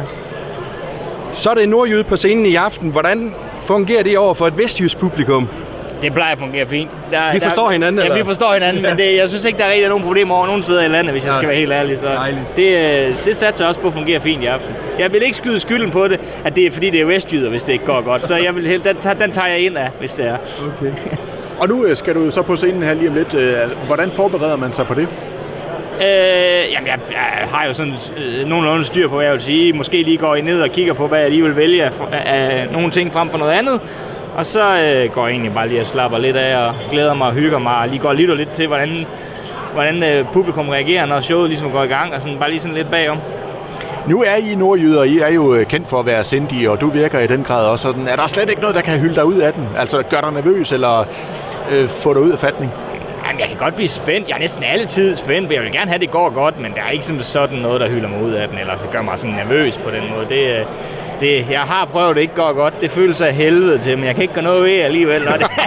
Så er det nordjyde på scenen i aften. Hvordan fungerer det over for et vestjysk publikum? Det plejer at fungere fint. Vi forstår hinanden, eller? Ja, vi forstår hinanden, men jeg synes ikke, der er rigtig nogen problemer over nogen steder i landet, hvis jeg skal være helt ærlig. Så det satser også på at fungere fint i aften. Jeg vil ikke skyde skylden på det, at det er fordi, det er vestjyder, hvis det ikke går godt. Så jeg vil den tager jeg ind af, hvis det er. Okay. Og nu skal du så på scenen her lige om lidt. Hvordan forbereder man sig på det? Jamen, jeg har jo sådan nogenlunde styr på, hvad jeg vil sige. Måske lige går I ned og kigger på, hvad jeg lige vil vælge af nogle ting frem for noget andet. Og så går jeg egentlig bare lige og slapper lidt af og glæder mig og hygger mig og lige går lidt til, hvordan publikum reagerer, når showet ligesom går i gang, og sådan bare lige sådan lidt bagom. Nu er I nordjyder, I er jo kendt for at være sindige, og du virker i den grad også sådan. Er der slet ikke noget, der kan hylde dig ud af den? Altså gør dig nervøs, eller få dig ud af fatning? Jamen, jeg kan godt blive spændt. Jeg er næsten altid spændt, men jeg vil gerne have, det går godt, men der er ikke sådan noget, der hylder mig ud af den, eller så gør mig sådan nervøs på den måde. Jeg har prøvet, det ikke går godt. Det føles af helvede til, men jeg kan ikke gøre noget ved alligevel.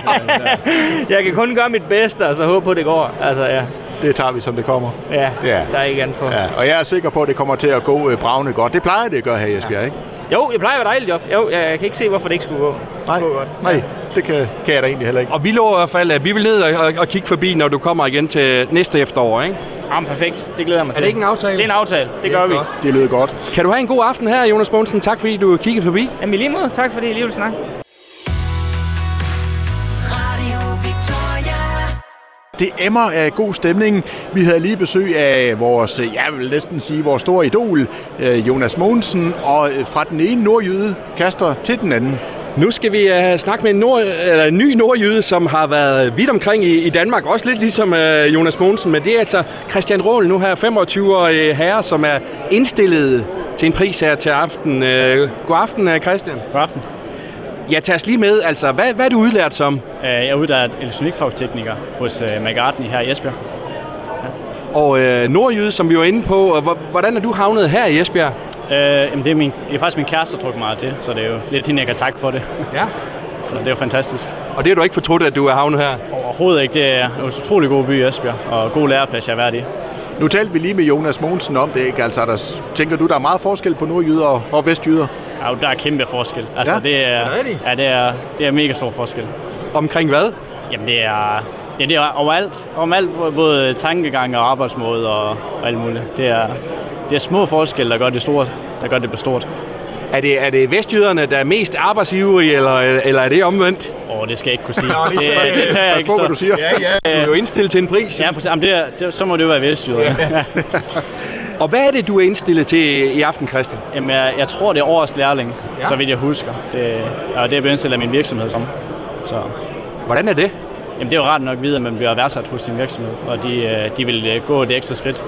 Jeg kan kun gøre mit bedste, og så håbe på, det går. Altså, ja. Det tager vi, som det kommer. Ja, der er ikke andet for. Ja, og jeg er sikker på, at det kommer til at gå bravende godt. Det plejer det at gøre her i Esbjerg, ikke? Jo, det plejer at være dejligt job. Jo, jeg kan ikke se, hvorfor det ikke skulle gå. Nej, det kan jeg da egentlig heller ikke. Og vi lover i hvert fald, at vi vil ned og kigge forbi, når du kommer igen til næste efterår, ikke? Jamen, perfekt. Det glæder mig til. Er det ikke en aftale? Det er en aftale. Det gør vi. Det lyder godt. Kan du have en god aften her, Jonas Mogensen. Tak fordi du kiggede forbi. Jamen, i lige måde. Tak fordi I lige vil snakke. Det emmer af god stemning. Vi havde lige besøg af vores, jeg vil næsten sige, vores store idol, Jonas Mogensen, og fra den ene nordjyde kaster til den anden. Nu skal vi snakke med en ny nordjyde, som har været vidt omkring i Danmark, også lidt ligesom Jonas Mogensen, men det er altså Christian Råhl, nu her 25-årig herre, som er indstillet til en pris her til aften. God aften, Christian. God aften. Ja, tag os lige med. Altså, hvad er du udlært som? Jeg er udlært elektronikfagtekniker hos McCartney her i Esbjerg. Ja. Og nordjyde, som vi var inde på, hvordan er du havnet her i Esbjerg? Jamen det er faktisk min kæreste, der trukket mig til, så det er jo lidt hende, jeg kan takke for det. Ja. Så det er jo fantastisk. Og det er du ikke fortrudt, at du er havnet her? Overhovedet ikke. Det er en utrolig god by i Esbjerg, og god læreplads, jeg har været i. Nu talte vi lige med Jonas Mogensen om det, ikke? Altså, tænker du, der er meget forskel på nordjyder og vestjyder? Ja, der er kæmpe forskel. Altså, ja? Det er mega stor forskel. Omkring hvad? Jamen, det er overalt. Overalt, både tankegang og arbejdsmåde og alt muligt. Det er små forskelle, der gør det store, der gør det bestort. Er det vestjyderne, der er mest arbejdsivrige, eller er det omvendt? Det skal jeg ikke kunne sige. Det tager jeg ikke. Hvad du siger? Ja. Du er jo indstillet til en pris. Ja, så må det jo være vestjyderne. Ja. Og hvad er det, du er indstillet til i aften, Christian? Jamen, jeg tror, det er årets lærling, så vidt jeg husker. Det er blevet indstillet af min virksomhed som. Så. Hvordan er det? Jamen, det er jo rart nok at vide, at man bliver værdsat hos sin virksomhed, og de vil gå det ekstra skridt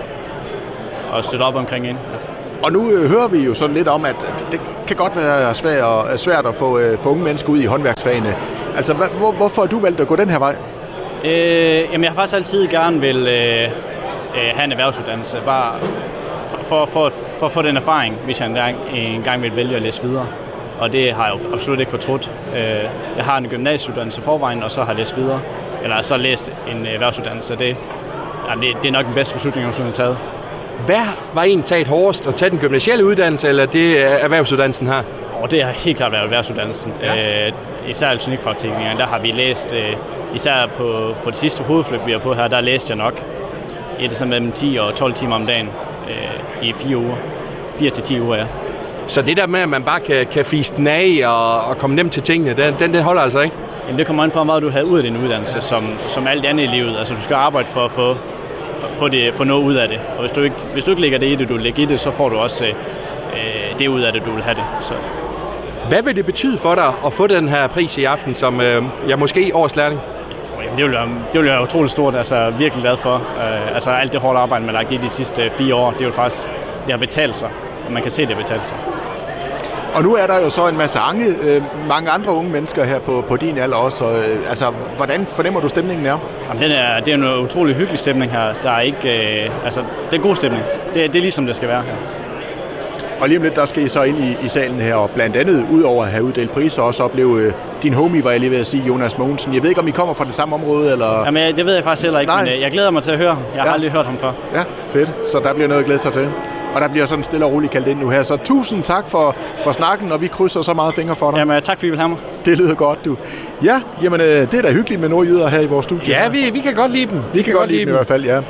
og støtte op omkring en. Ja. Og nu hører vi jo sådan lidt om, at det kan godt være svært at få unge mennesker ud i håndværksfagene. Altså, hvorfor har du valgt at gå den her vej? Jamen, jeg har faktisk altid gerne vil have en erhvervsuddannelse, bare for at få den erfaring, hvis jeg en gang vil vælge at læse videre. Og det har jeg jo absolut ikke fortrudt. Jeg har en gymnasieuddannelse forvejen, og så har jeg læst videre. Eller så læst en erhvervsuddannelse. Det er nok den bedste beslutning, jeg har taget. Hvad var egentlig taget hårdest? At tage den gymnasiale uddannelse, eller det erhvervsuddannelsen her? Og det har helt klart været erhvervsuddannelsen. Ja. Især elektronikfagteknikeren, der har vi læst, især på det sidste hovedforløb, vi er på her, der læste jeg nok mellem 10 og 12 timer om dagen i 4 uger. 4 til 10 uger, ja. Så det der med, at man bare kan fise den af og komme nemt til tingene, den holder altså ikke? Jamen, det kommer an på, hvor meget du har ud af din uddannelse, som alt andet i livet. Altså, du skal arbejde for at få noget ud af det. Og hvis du ikke lægger det i det, du lægger i det, så får du også det ud af det, du vil have det. Så. Hvad vil det betyde for dig at få den her pris i aften, som måske årets lærling? Det vil være utroligt stort, altså virkelig glad for. Altså alt det hårde arbejde, man har givet de sidste 4 år, det har betalt sig, og man kan se, det har betalt sig. Og nu er der jo så en masse mange andre unge mennesker her på din alder også. Altså, hvordan fornemmer du stemningen er? Jamen, det er en utrolig hyggelig stemning her. Der er ikke, det er en god stemning. Det er ligesom det skal være her. Og lige om lidt, der skal I så ind i salen her, og blandt andet, udover at have uddelt priser, også opleve din homie, var jeg lige ved at sige, Jonas Mogensen. Jeg ved ikke, om I kommer fra det samme område, eller? Jamen, det ved jeg faktisk heller ikke, men jeg glæder mig til at høre. Jeg har aldrig hørt ham før. Ja, fedt. Så der bliver noget at glæde sig til. Og der bliver sådan stille og roligt kaldt ind nu her. Så tusind tak for snakken, og vi krydser så meget fingre for dig. Jamen, tak fordi I vil have mig. Det lyder godt, du. Ja, jamen, det er da hyggeligt med nordjyder her i vores studie. Ja, vi kan godt lide dem. Vi kan godt lide dem i hvert fald, ja.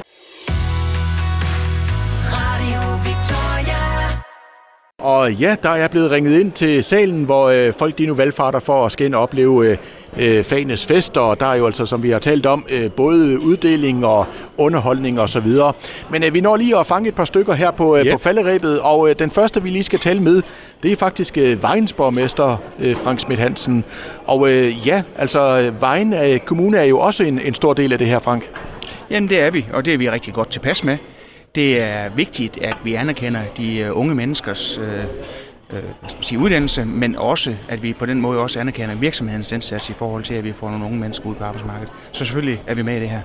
Og ja, der er blevet ringet ind til salen, hvor folk de nu valgfarter for at skal ind og opleve fagenes fest, og der er jo altså, som vi har talt om, både uddeling og underholdning og så videre. Men vi når lige at fange et par stykker her på falderebet, og den første, vi lige skal tale med, det er faktisk Vejens borgmester, Frank Schmidt Hansen. Og ja, altså Vejen Kommune er jo også en stor del af det her, Frank. Jamen det er vi, og det er vi rigtig godt tilpas med. Det er vigtigt, at vi anerkender de unge menneskers uddannelse, men også, at vi på den måde også anerkender virksomhedens indsats i forhold til, at vi får nogle unge mennesker ud på arbejdsmarkedet. Så selvfølgelig er vi med i det her.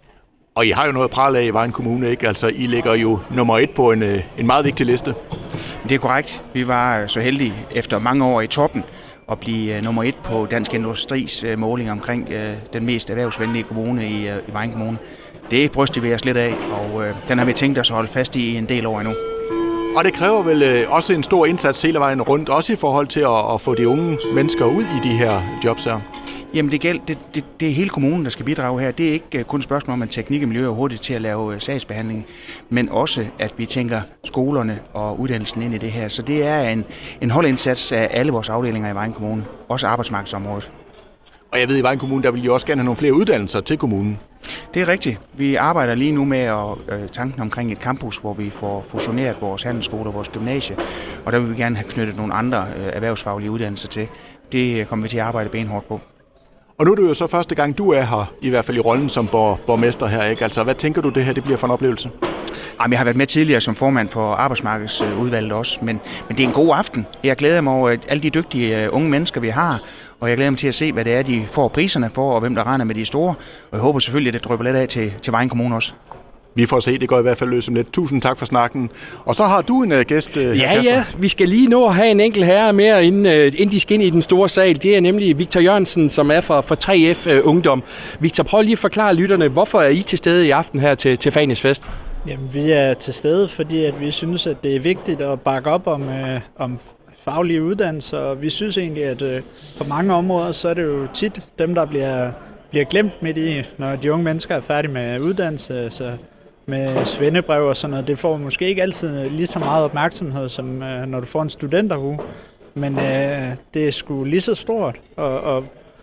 Og I har jo noget at prale af i Vejen Kommune, ikke? Altså, I ligger jo nummer 1 på en meget vigtig liste. Det er korrekt. Vi var så heldige efter mange år i toppen at blive nummer 1 på Dansk Industris måling omkring den mest erhvervsvenlige kommune i Vejen Kommune. Det bryster vi os lidt af, og den har vi tænkt os at holde fast i en del år endnu. Og det kræver vel også en stor indsats hele vejen rundt, også i forhold til at få de unge mennesker ud i de her jobs her? Jamen det er hele kommunen, der skal bidrage her. Det er ikke kun et spørgsmål om, at teknik og miljø er hurtigt til at lave sagsbehandling, men også, at vi tænker skolerne og uddannelsen ind i det her. Så det er en holdindsats af alle vores afdelinger i Vejen Kommune, også arbejdsmarkedsområdet. Og jeg ved, i Vejen Kommune, der vil I også gerne have nogle flere uddannelser til kommunen. Det er rigtigt. Vi arbejder lige nu med tanken omkring et campus, hvor vi får fusioneret vores handelsskole og vores gymnasie, og der vil vi gerne have knyttet nogle andre erhvervsfaglige uddannelser til. Det kommer vi til at arbejde benhårdt på. Og nu er det jo så første gang, du er her, i hvert fald i rollen som borgmester her, ikke? Altså, hvad tænker du, det her det bliver for en oplevelse? Jamen, jeg har været med tidligere som formand for arbejdsmarkedsudvalget også, men det er en god aften. Jeg glæder mig over alle de dygtige unge mennesker, vi har, og jeg glæder mig til at se, hvad det er, de får priserne for, og hvem der regner med de store. Og jeg håber selvfølgelig, at det drypper lidt af til Vejen Kommune også. Vi får se, det går i hvert fald løs om lidt. Tusind tak for snakken. Og så har du en gæst her, Kasper. Ja, vi skal lige nå at have en enkelt herre mere, inden de skal ind i den store sal. Det er nemlig Victor Jørgensen, som er fra 3F Ungdom. Victor, prøv lige at forklare lytterne, hvorfor er I til stede i aften her til Fagenes Fest? Jamen, vi er til stede, fordi at vi synes, at det er vigtigt at bakke op om faglige uddannelser. Og vi synes egentlig, at på mange områder, så er det jo tit dem, der bliver glemt midt i, når de unge mennesker er færdige med uddannelse. Så med svendebrev og sådan noget, det får måske ikke altid lige så meget opmærksomhed, som når du får en studenterhue. Men det er sgu lige så stort, og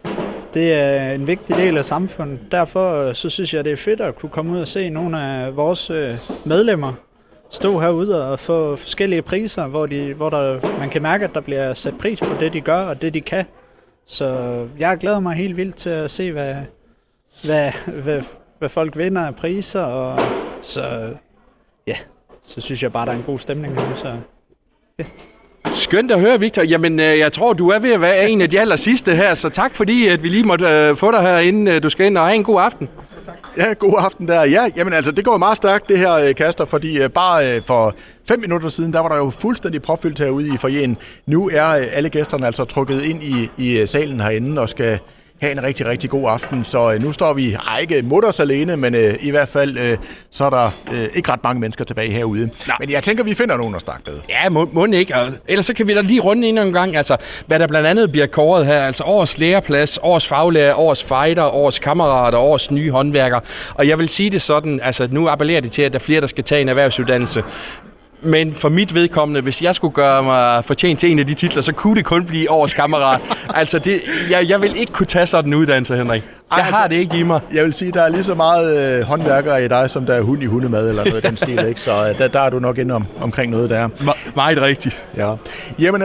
det er en vigtig del af samfundet. Derfor så synes jeg, det er fedt at kunne komme ud og se nogle af vores medlemmer stå herude og få forskellige priser, hvor man kan mærke, at der bliver sat pris på det, de gør og det, de kan. Så jeg glæder mig helt vildt til at se, hvad folk vinder af priser, og så synes jeg bare, der er en god stemning nu, så ja. Skønt at høre, Victor. Jamen, jeg tror, du er ved at være en af de aller sidste her, så tak fordi, at vi lige måtte få dig her, inden du skal ind, og have en god aften. Ja, god aften der. Ja, jamen altså, det går meget stærkt, det her, Kaster, fordi bare for 5 minutter siden, der var der jo fuldstændig propfyldt herude i foyeren. Nu er alle gæsterne altså trukket ind i salen herinde og skal have en rigtig, rigtig god aften. Så nu står vi ikke mutters alene, men i hvert fald så er der ikke ret mange mennesker tilbage herude. Nå. Men jeg tænker, vi finder nogen at snakke med. Ja, må ikke. Og ellers så kan vi da lige runde en gang. Altså, hvad der blandt andet bliver kåret her. Altså årets læreplads, årets faglærer, årets fighter, årets kammerater, årets nye håndværker. Og jeg vil sige det sådan, altså nu appellerer det til, at der er flere, der skal tage en erhvervsuddannelse. Men for mit vedkommende, hvis jeg skulle gøre mig fortjent til en af de titler, så kunne det kun blive årets kammerat. Altså, jeg vil ikke kunne tage sådan en uddannelse, Henrik. Jeg har det ikke i mig. Jeg vil sige, der er lige så meget håndværkere i dig, som der er hund i hundemad, eller noget af den stil, ikke? Så der er du nok inde omkring noget der. Meget rigtigt. Ja. Jamen,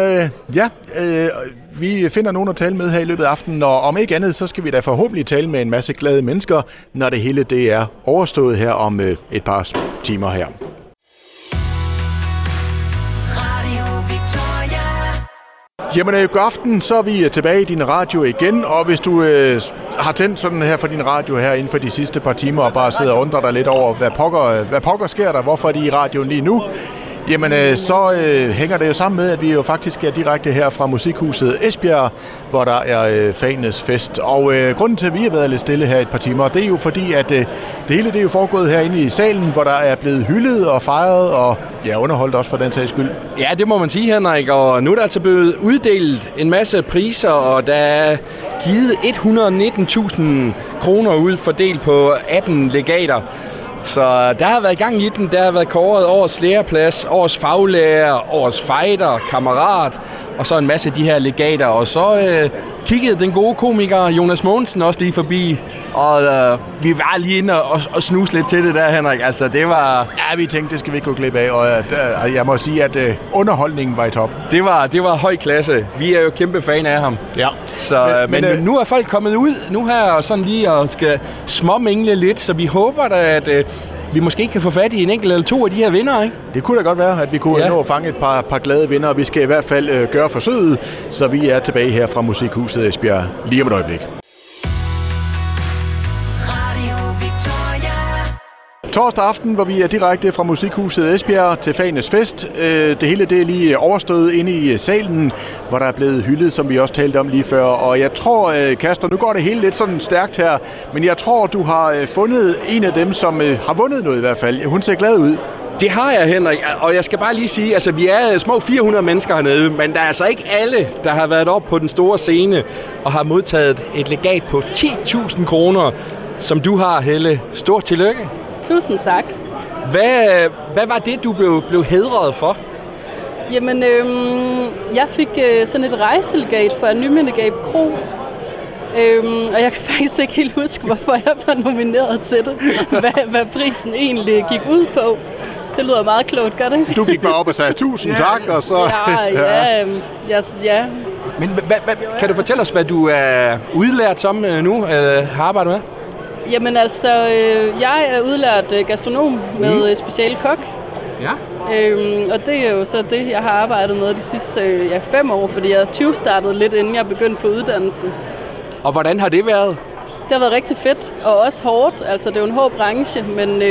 vi finder nogen at tale med her i løbet af aftenen, og om ikke andet, så skal vi da forhåbentlig tale med en masse glade mennesker, når det hele det er overstået her om et par timer her. Jamen, god aften, så er vi tilbage i din radio igen, og hvis du har tændt sådan her for din radio her inden for de sidste par timer og bare sidder og undrer dig lidt over, hvad pokker sker der, hvorfor er de i radioen lige nu, jamen så hænger det jo sammen med, at vi jo faktisk er direkte her fra Musikhuset Esbjerg, hvor der er Fanenes Fest. Og grunden til, at vi har været lidt stille her et par timer, det er jo fordi, at det hele det er jo foregået herinde i salen, hvor der er blevet hyldet og fejret og underholdt også for den sags skyld. Ja, det må man sige, Henrik. Og nu er der altså blevet uddelt en masse priser, og der er givet 119.000 kroner ud fordelt på 18 legater. Så der har været gang i den. Der har været kåret årets læreplads, årets faglærer, årets fighter, kammerat, og så en masse af de her legater. Og så kiggede den gode komiker Jonas Mogensen også lige forbi, og vi var lige inde og snuse lidt til det der, Henrik. Altså, det var... Ja, vi tænkte, det skal vi ikke gå glip af, og jeg må sige, at underholdningen var i top. Det var høj klasse. Vi er jo kæmpe fan af ham. Ja. Så, men nu er folk kommet ud nu her og sådan lige og skal småmingle lidt, så vi håber da, at vi måske kan få fat i en enkelt eller to af de her vinder, ikke? Det kunne da godt være, at vi kunne nå at fange et par glade vinder. Vi skal i hvert fald gøre forsøget, så vi er tilbage her fra Musikhuset Esbjerg lige om et øjeblik. Torsdag aften, hvor vi er direkte fra Musikhuset Esbjerg til Fanenes Fest. Det hele det er lige overstået inde i salen, hvor der er blevet hyldet, som vi også talte om lige før. Og jeg tror, Kaster, nu går det hele lidt sådan stærkt her, men jeg tror, du har fundet en af dem, som har vundet noget i hvert fald. Hun ser glad ud. Det har jeg, Henrik, og jeg skal bare lige sige, altså vi er små 400 mennesker hernede, men der er altså ikke alle, der har været oppe på den store scene og har modtaget et legat på 10.000 kroner, som du har, Helle. Stort tillykke. Tusind tak. Hvad var det, du blev hædret for? Jamen, jeg fik sådan et rejselegat fra Nymindegab Kro. Og jeg kan faktisk ikke helt huske, hvorfor jeg var nomineret til det. Hvad prisen egentlig gik ud på. Det lyder meget klogt, gør det ikke? Du gik bare op og sagde 1000 tak, og så... Ja. Men kan du fortælle os, hvad du er udlært som nu, har arbejdet med? Jamen altså, jeg er udlært gastronom med speciale kok. Ja. Og det er jo så det, jeg har arbejdet med de sidste 5 år, fordi jeg 20 startede lidt, inden jeg begyndte på uddannelsen. Og hvordan har det været? Det har været rigtig fedt, og også hårdt. Altså, det er jo en hård branche,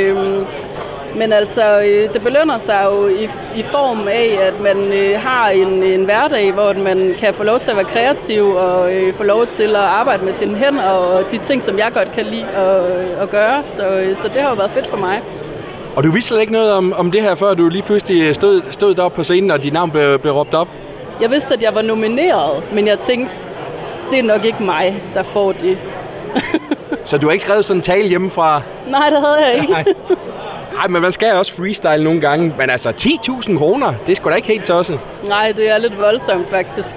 men altså, det belønner sig jo i form af, at man har en hverdag, hvor man kan få lov til at være kreativ og få lov til at arbejde med sine hænder og de ting, som jeg godt kan lide at gøre. Så det har jo været fedt for mig. Og du vidste slet ikke noget om det her, før du lige pludselig stod deroppe på scenen, og dit navn blev råbt op? Jeg vidste, at jeg var nomineret, men jeg tænkte, det er nok ikke mig, der får det. Så du har ikke skrevet sådan en tale hjemmefra? Nej, det havde jeg ikke. Nej, men man skal også freestyle nogle gange. Men altså 10.000 kroner, det er sgu da ikke helt tosset. Nej, det er lidt voldsomt faktisk.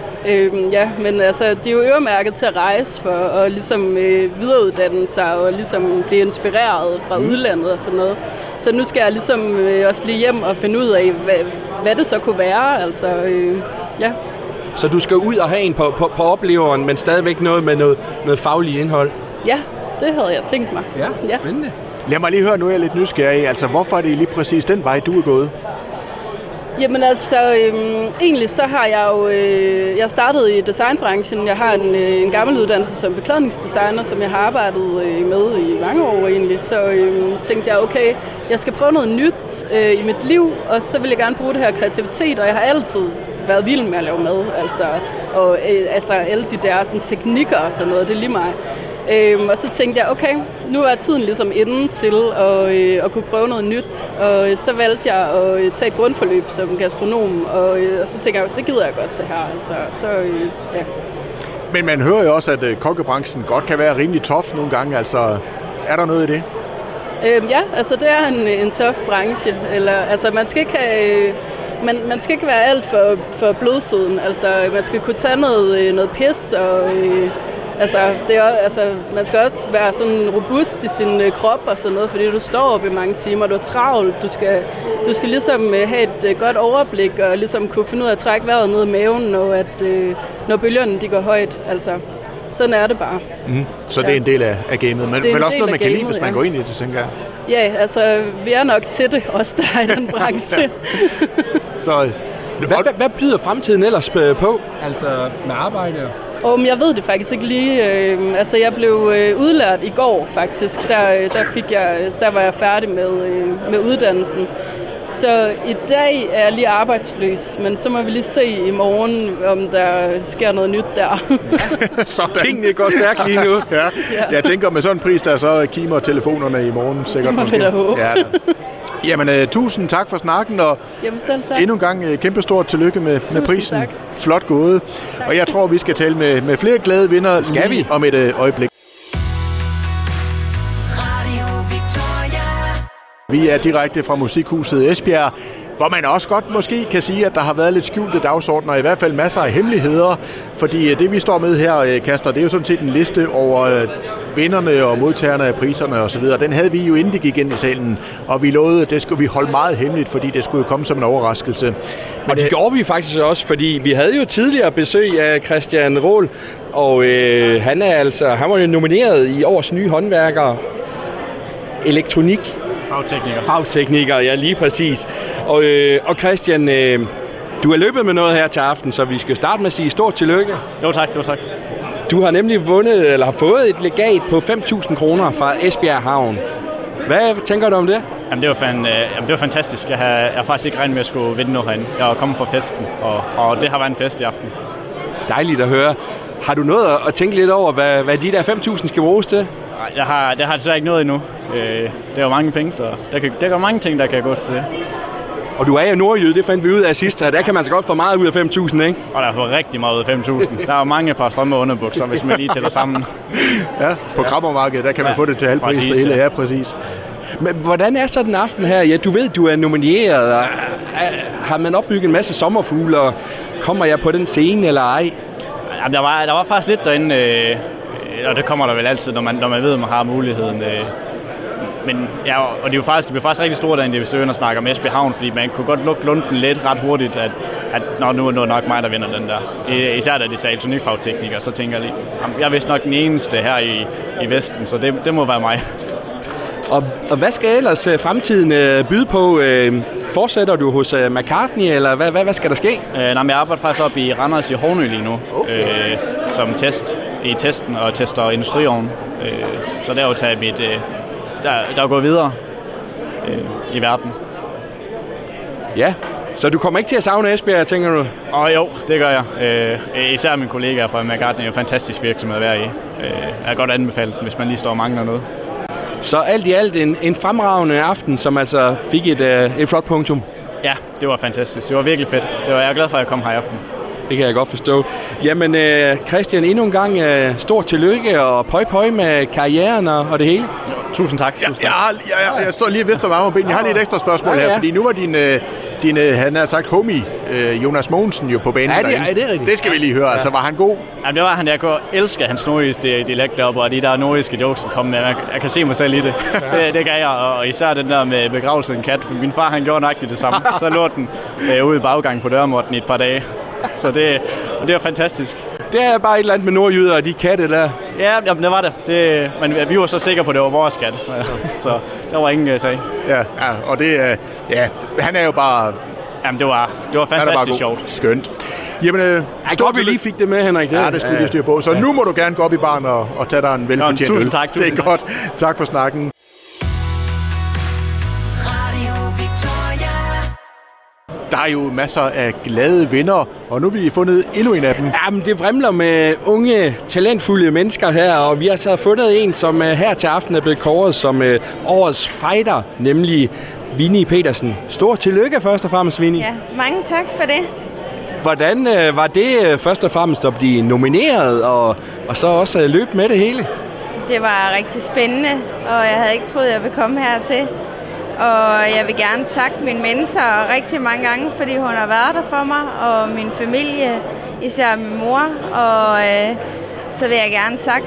Men altså, de er jo øremærket til at rejse for at ligesom videreuddanne sig og ligesom blive inspireret fra udlandet og sådan noget. Så nu skal jeg ligesom også lige hjem og finde ud af, hvad det så kunne være. Altså, ja. Så du skal ud og have en på opleveren, men stadigvæk noget med noget fagligt indhold? Ja, det havde jeg tænkt mig. Ja, spændende. Lad mig lige høre, nu er jeg lidt nysgerrig. Altså, hvorfor er det lige præcis den vej, du er gået? Jamen altså, egentlig så har jeg jo, jeg startede i designbranchen. Jeg har en gammel uddannelse som beklædningsdesigner, som jeg har arbejdet med i mange år egentlig. Så tænkte jeg, okay, jeg skal prøve noget nyt i mit liv, og så vil jeg gerne bruge det her kreativitet, og jeg har altid været vild med at lave mad, altså alle de der sådan, teknikker og sådan noget, det er lige mig. Og så tænkte jeg, okay, nu er tiden ligesom inde til at kunne prøve noget nyt, og så valgte jeg at tage et grundforløb som gastronom, og så tænkte jeg, det gider jeg godt det her, altså, så ja. Men man hører jo også, at kokkebranchen godt kan være rimelig tof nogle gange, altså er der noget i det? Ja, altså det er en tof branche, altså man skal ikke have... Man skal ikke være alt for blodsøden, altså man skal kunne tage noget pis, og man skal også være sådan robust i sin krop og sådan noget, fordi du står op i mange timer, du er travlt, du skal ligesom have et godt overblik og ligesom kunne finde ud af at trække vejret ned i maven, når bølgerne de går højt, altså. Sådan er det bare. Så det er en del af gamet, men vel også noget, man kan lide, hvis man går ind i det, tænker jeg. Ja, altså, vi er nok til det, også der i den branche. Så, hvad byder fremtiden ellers på, altså med arbejde? Jeg ved det faktisk ikke lige. Altså, jeg blev udlært i går, faktisk. Der var jeg færdig med uddannelsen. Så i dag er jeg lige arbejdsløs, men så må vi lige se i morgen, om der sker noget nyt der. Tingene går stærkt lige nu. Ja. Jeg tænker, med sådan en pris, der så kimer telefonerne i morgen sikkert. Det må vi da håbe. Ja. Jamen, tusind tak for snakken, og endnu en gang kæmpe stort tillykke med prisen. Tak. Flot gået. Tak. Og jeg tror, vi skal tale med flere glade vinder lige om et øjeblik. Vi er direkte fra Musikhuset Esbjerg, hvor man også godt måske kan sige, at der har været lidt skjulte dagsordner, i hvert fald masser af hemmeligheder, fordi det vi står med her, Kasper, det er jo sådan set en liste over vinderne og modtagerne af priserne osv. Den havde vi jo inden det gik ind i salen, og vi lovede, at det skulle vi holde meget hemmeligt, fordi det skulle jo komme som en overraskelse. Og det gjorde vi faktisk også, fordi vi havde jo tidligere besøg af Christian Rohl, og han var jo nomineret i årets nye håndværker, elektronik. Fagtekniker, ja, lige præcis. Og Christian, du har løbet med noget her til aften, så vi skal starte med at sige stort tillykke. Jo tak. Du har nemlig har fået et legat på 5.000 kroner fra Esbjerg Havn. Hvad tænker du om det? Jamen, det var fantastisk. Jeg har faktisk ikke regnet med at skulle vinde noget herinde. Jeg er kommet fra festen, og det har været en fest i aften. Dejligt at høre. Har du noget at tænke lidt over, hvad de der 5.000 skal bruges til? Det har desværre ikke noget endnu. Det er jo mange penge, så der er mange ting, der kan gå til. Og du er jo nordjyde, det fandt vi ud af sidst, så der kan man så godt få meget ud af 5.000, ikke? Og der er for rigtig meget ud af 5.000. Der er jo mange par strømme og underbukser, hvis man lige tæller sammen. Ja, på Krammermarkedet, der kan man få det til halvpris det hele. Ja, præcis. Men hvordan er så den aften her? Ja, du ved, du er nomineret, og har man opbygget en masse sommerfugle, og kommer jeg på den scene eller ej? Jamen, der var faktisk lidt derinde, og det kommer der vel altid, når man ved, at man har muligheden. Men ja, og det blev faktisk rigtig stort derinde, hvis du snakker om Esbjerg Havn, fordi man kunne godt lukke lunden lidt ret hurtigt, at nu er det nok mig, der vinder den der. Især da de sagde elektronikfagtekniker, så tænker jeg lige, jeg er vist nok den eneste her i Vesten, så det må være mig. Og hvad skal ellers fremtiden byde på? Fortsætter du hos McCartney, eller hvad skal der ske? Jeg arbejder faktisk op i Randers i Hornø lige nu, som i testen og tester industriovnen. Så der er jo taget der går videre i verden. Ja, så du kommer ikke til at savne Esbjerg, tænker du? Jo, det gør jeg. Især mine kollegaer fra McCartney er jo en fantastisk virksomhed at være i. Jeg er godt anbefalet, hvis man lige står og mangler noget. Så alt i alt en fremragende aften, som altså fik et flot punktum. Ja, det var fantastisk. Det var virkelig fedt. Jeg er glad for, at jeg kom her i aften. Det kan jeg godt forstå. Jamen, Christian, endnu en gang stort tillykke og pøj med karrieren og det hele. Jo, tusind tak. Jeg står lige ved varmeben. Jeg har lige et ekstra spørgsmål her, fordi nu var din han har sagt homie, Jonas Mogensen jo på banen derinde. Det er rigtigt. Det skal vi lige høre. Altså, var han god? Jamen, det var han. Jeg kunne elske hans nordjyske dialekt deroppe, og de der nordjyske jokes, som kom med. Jeg kan se mig selv i det. Det kan jeg, og især den der med begravelse af en kat. For min far, han gjorde nøjagtigt det samme. Så lå den ude i baggangen på dørmåtten i et par dage. Så det var fantastisk. Det er bare et eller andet med nordjyder og de katte der. Ja, jamen, det var det. Men vi var så sikre på, at det var vores kat. Så der var ingen sag. Ja, og det han er jo bare... Jamen, det var fantastisk sjovt. Skønt. Jamen, godt, vi lige fik det med, Henrik. Ja, det skulle vi styre på. Så nu må du gerne gå op i baren og tage dig en velfortjent øl. Tusind tak. Det er godt. Tak for snakken. Der er jo masser af glade vinder, og nu har vi fundet endnu en af dem. Jamen, det vrimler med unge, talentfulde mennesker her, og vi har så fundet en, som her til aften er blevet kåret som årets fighter, nemlig Winnie Petersen. Stor tillykke først og fremmest, Winnie. Ja, mange tak for det. Hvordan var det først og fremmest at blive nomineret, og så også løbe med det hele? Det var rigtig spændende, og jeg havde ikke troet, jeg ville komme hertil. Og jeg vil gerne takke min mentor rigtig mange gange, fordi hun har været der for mig, og min familie, især min mor. Og så vil jeg gerne takke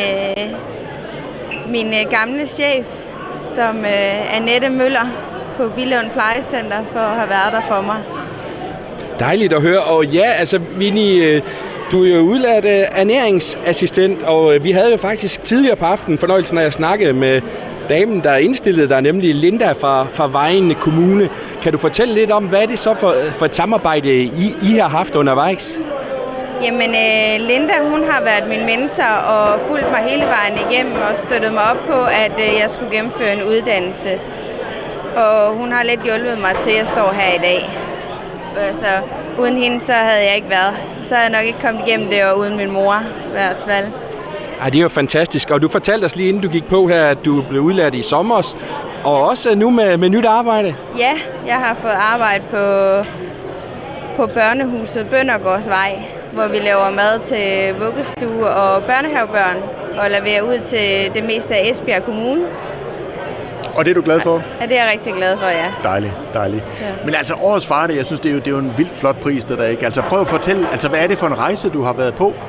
min gamle chef, som Annette Møller på Billund Plejecenter, for at have været der for mig. Dejligt at høre. Og ja, altså Winnie, du er jo udlært ernæringsassistent, og vi havde jo faktisk tidligere på aftenen fornøjelsen af at snakke med damen, der indstillede dig, nemlig Linda fra Vejen Kommune. Kan du fortælle lidt om, hvad er det så for et samarbejde, I har haft undervejs? Jamen, Linda, hun har været min mentor og fulgt mig hele vejen igennem og støttet mig op på, at jeg skulle gennemføre en uddannelse. Og hun har lidt hjulpet mig til, at jeg står her i dag. Så uden hende, så havde jeg ikke været. Så havde jeg nok ikke kommet igennem det, og uden min mor i hvert fald. Ej, det er jo fantastisk. Og du fortalte os lige inden du gik på her, at du blev udlært i sommer, og også nu med nyt arbejde. Ja, jeg har fået arbejde på børnehuset Bøndergårdsvej, hvor vi laver mad til vuggestue og børnehavebørn og leverer ud til det meste af Esbjerg Kommune. Og det er du glad for? Ja, det er jeg rigtig glad for, ja. Dejligt. Ja. Men altså, årets fighter, jeg synes, det er jo en vildt flot pris, det der, ikke? Altså, prøv at fortælle, altså, hvad er det for en rejse, du har været på?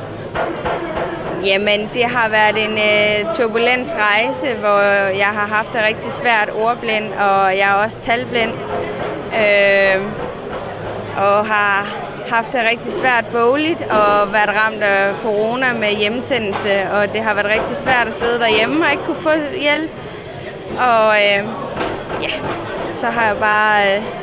Jamen, det har været en turbulens rejse, hvor jeg har haft det rigtig svært ordblind, og jeg er også talblind. Og har haft det rigtig svært bogligt og været ramt af corona med hjemsendelse, og det har været rigtig svært at sidde derhjemme og ikke kunne få hjælp. Og så har jeg bare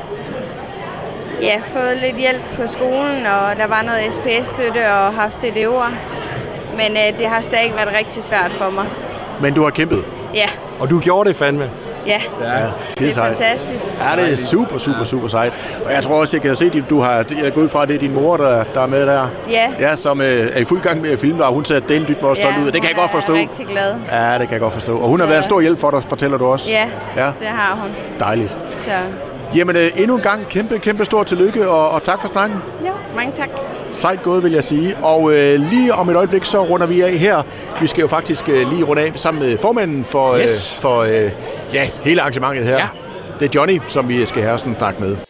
fået lidt hjælp på skolen, og der var noget SPS-støtte og haft CDO'er. Men det har stadig været rigtig svært for mig. Men du har kæmpet? Ja. Og du gjorde det fandme? Ja, det er fantastisk. Ja, det er super sejt. Og jeg tror også, jeg kan se, at jeg går ud fra, at det er din mor, der er med der. Ja. Ja, som er i fuld gang med at filme dig, og hun ser delen dybt meget stolt ud. Det kan jeg godt forstå. Ja, jeg er rigtig glad. Ja, det kan jeg godt forstå. Og hun har været en stor hjælp for dig, fortæller du også. Ja, det har hun. Dejligt. Så. Jamen, endnu en gang kæmpe stor tillykke, og tak for snakken. Jo, mange tak. Sejt gået, vil jeg sige. Og lige om et øjeblik, så runder vi af her. Vi skal jo faktisk lige runde af sammen med formanden for hele arrangementet her. Ja. Det er Johnny, som vi skal have sådan en snak med.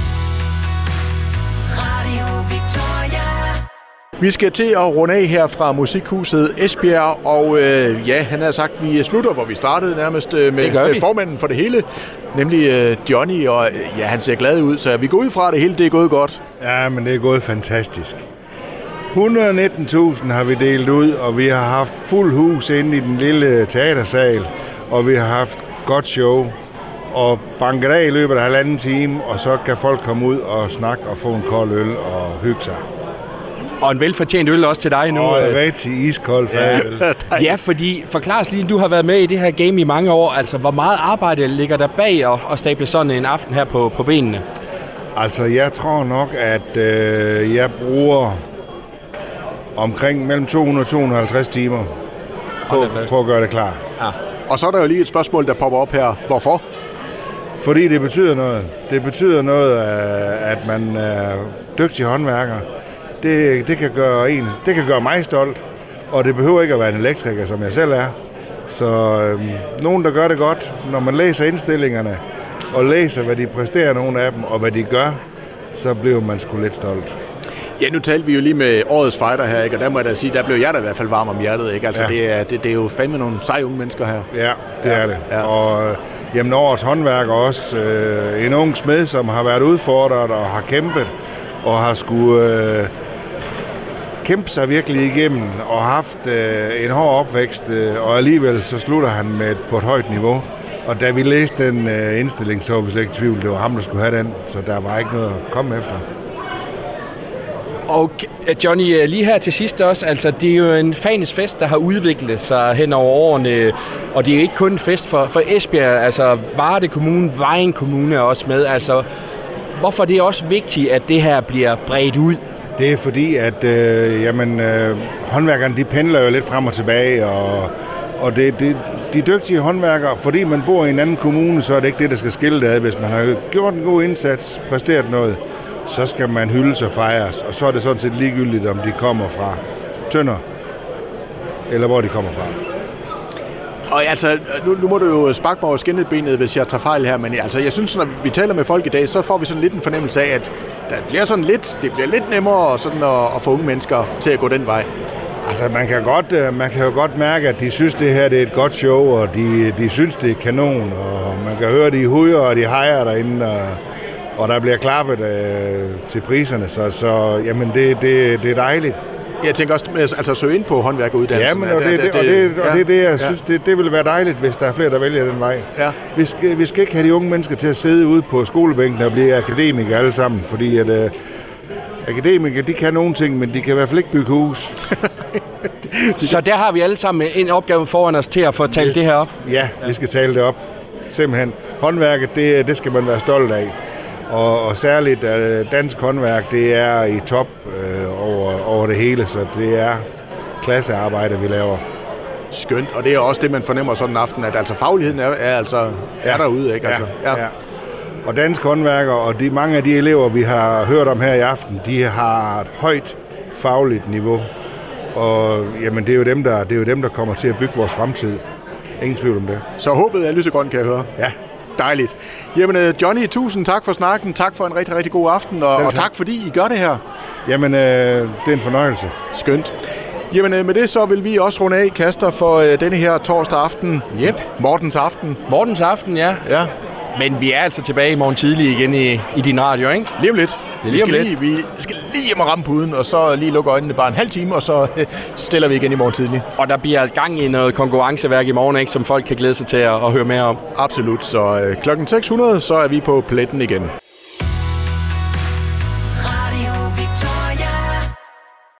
Vi skal til at runde af her fra Musikhuset Esbjerg, og han har sagt, at vi slutter, hvor vi startede nærmest med formanden for det hele, nemlig Johnny, og han ser glad ud, så vi går ud fra, at det hele det er gået godt. Ja, men det er gået fantastisk. 119.000 har vi delt ud, og vi har haft fuld hus inde i den lille teatersal, og vi har haft godt show, og banket af i løbet af 1,5 time, og så kan folk komme ud og snakke og få en kold øl og hygge sig. Og en velfortjent øl også til dig nu. Og en rigtig iskold fadøl. Ja, fordi forklar os lige, du har været med i det her game i mange år. Altså, hvor meget arbejde ligger der bag at stable sådan en aften her på benene? Altså, jeg tror nok, at jeg bruger omkring mellem 200 og 250 timer på at gøre det klar. Ja. Og så er der jo lige et spørgsmål, der popper op her. Hvorfor? Fordi det betyder noget. Det betyder noget, at man er dygtig håndværker. Det kan gøre mig stolt, og det behøver ikke at være en elektriker, som jeg selv er. Så nogen, der gør det godt, når man læser indstillingerne, og læser, hvad de præsterer, nogle af dem, og hvad de gør, så bliver man sgu lidt stolt. Ja, nu talte vi jo lige med årets fighter her, ikke? Og der må jeg da sige, der blev jeg da i hvert fald varm om hjertet, ikke? Altså, det er jo fandme nogle seje unge mennesker her. Ja, det er det. Ja. Og årets håndværker også. En ung smed, som har været udfordret og har kæmpet, og har skulle kæmpet sig virkelig igennem og haft en hård opvækst, og alligevel så slutter han på et højt niveau. Og da vi læste den indstilling, så var vi slet ikke i tvivl, det var ham, der skulle have den, så der var ikke noget at komme efter. Og Johnny, lige her til sidst også, altså det er jo en Fanes fest, der har udviklet sig hen over årene, og det er jo ikke kun en fest for Esbjerg, altså Varde Kommune, Vejen Kommune er også med, altså hvorfor er det også vigtigt, at det her bliver bredt ud? Det er fordi, at håndværkerne de pendler jo lidt frem og tilbage, og de dygtige håndværkere, fordi man bor i en anden kommune, så er det ikke det, der skal skille det ad. Hvis man har gjort en god indsats, præsteret noget, så skal man hyldes og fejres, og så er det sådan set ligegyldigt, om de kommer fra Tønder, eller hvor de kommer fra. Og altså, nu må du jo sparke mig over skinnebenet, hvis jeg tager fejl her, men altså, jeg synes, når vi taler med folk i dag, så får vi sådan lidt en fornemmelse af, at det bliver lidt nemmere sådan at få unge mennesker til at gå den vej. Altså, man kan jo godt mærke, at de synes, det her det er et godt show, og de synes, det er kanon, og man kan høre, de hujer, og de hejer derinde, og der bliver klappet til priserne, så jamen, det er dejligt. Jeg tænker også, altså søge ind på håndværkeruddannelsen. Ja, men det er det, jeg synes, det vil være dejligt, hvis der er flere, der vælger den vej. Ja. Vi skal ikke have de unge mennesker til at sidde ude på skolebænken og blive akademikere alle sammen, fordi at akademikere, de kan nogle ting, men de kan i hvert fald ikke bygge hus. Så der har vi alle sammen en opgave foran os til at få talt det her op? Ja, vi skal tale det op. Simpelthen. Håndværket, det skal man være stolt af. Og særligt dansk håndværk, det er i top over det hele, så det er klassearbejde, vi laver. Skønt, og det er også det, man fornemmer sådan en aften, at altså fagligheden er derude, ikke? Altså, ja. Og dansk håndværker, og mange af de elever, vi har hørt om her i aften, de har et højt fagligt niveau. Og jamen, det er jo dem, der kommer til at bygge vores fremtid. Ingen tvivl om det. Så håbet er lysegrønt, kan jeg høre. Ja. Dejligt. Jamen, Johnny, tusind tak for snakken. Tak for en rigtig, rigtig god aften, og tak fordi I gør det her. Jamen, det er en fornøjelse. Skønt. Jamen, med det så vil vi også runde af, Kaster, for denne her torsdag aften. Yep. Mortens aften. Mortens aften, ja. Men vi er altså tilbage i morgen tidlig igen i din radio, ikke? Lige om lidt. Vi skal lige hjem og ramme puden, og så lige lukke øjnene bare en halv time, og så stiller vi igen i morgen tidlig. Og der bliver gang i noget konkurrenceværk i morgen, ikke, som folk kan glæde sig til at høre mere om. Absolut. Så klokken 600, så er vi på pletten igen.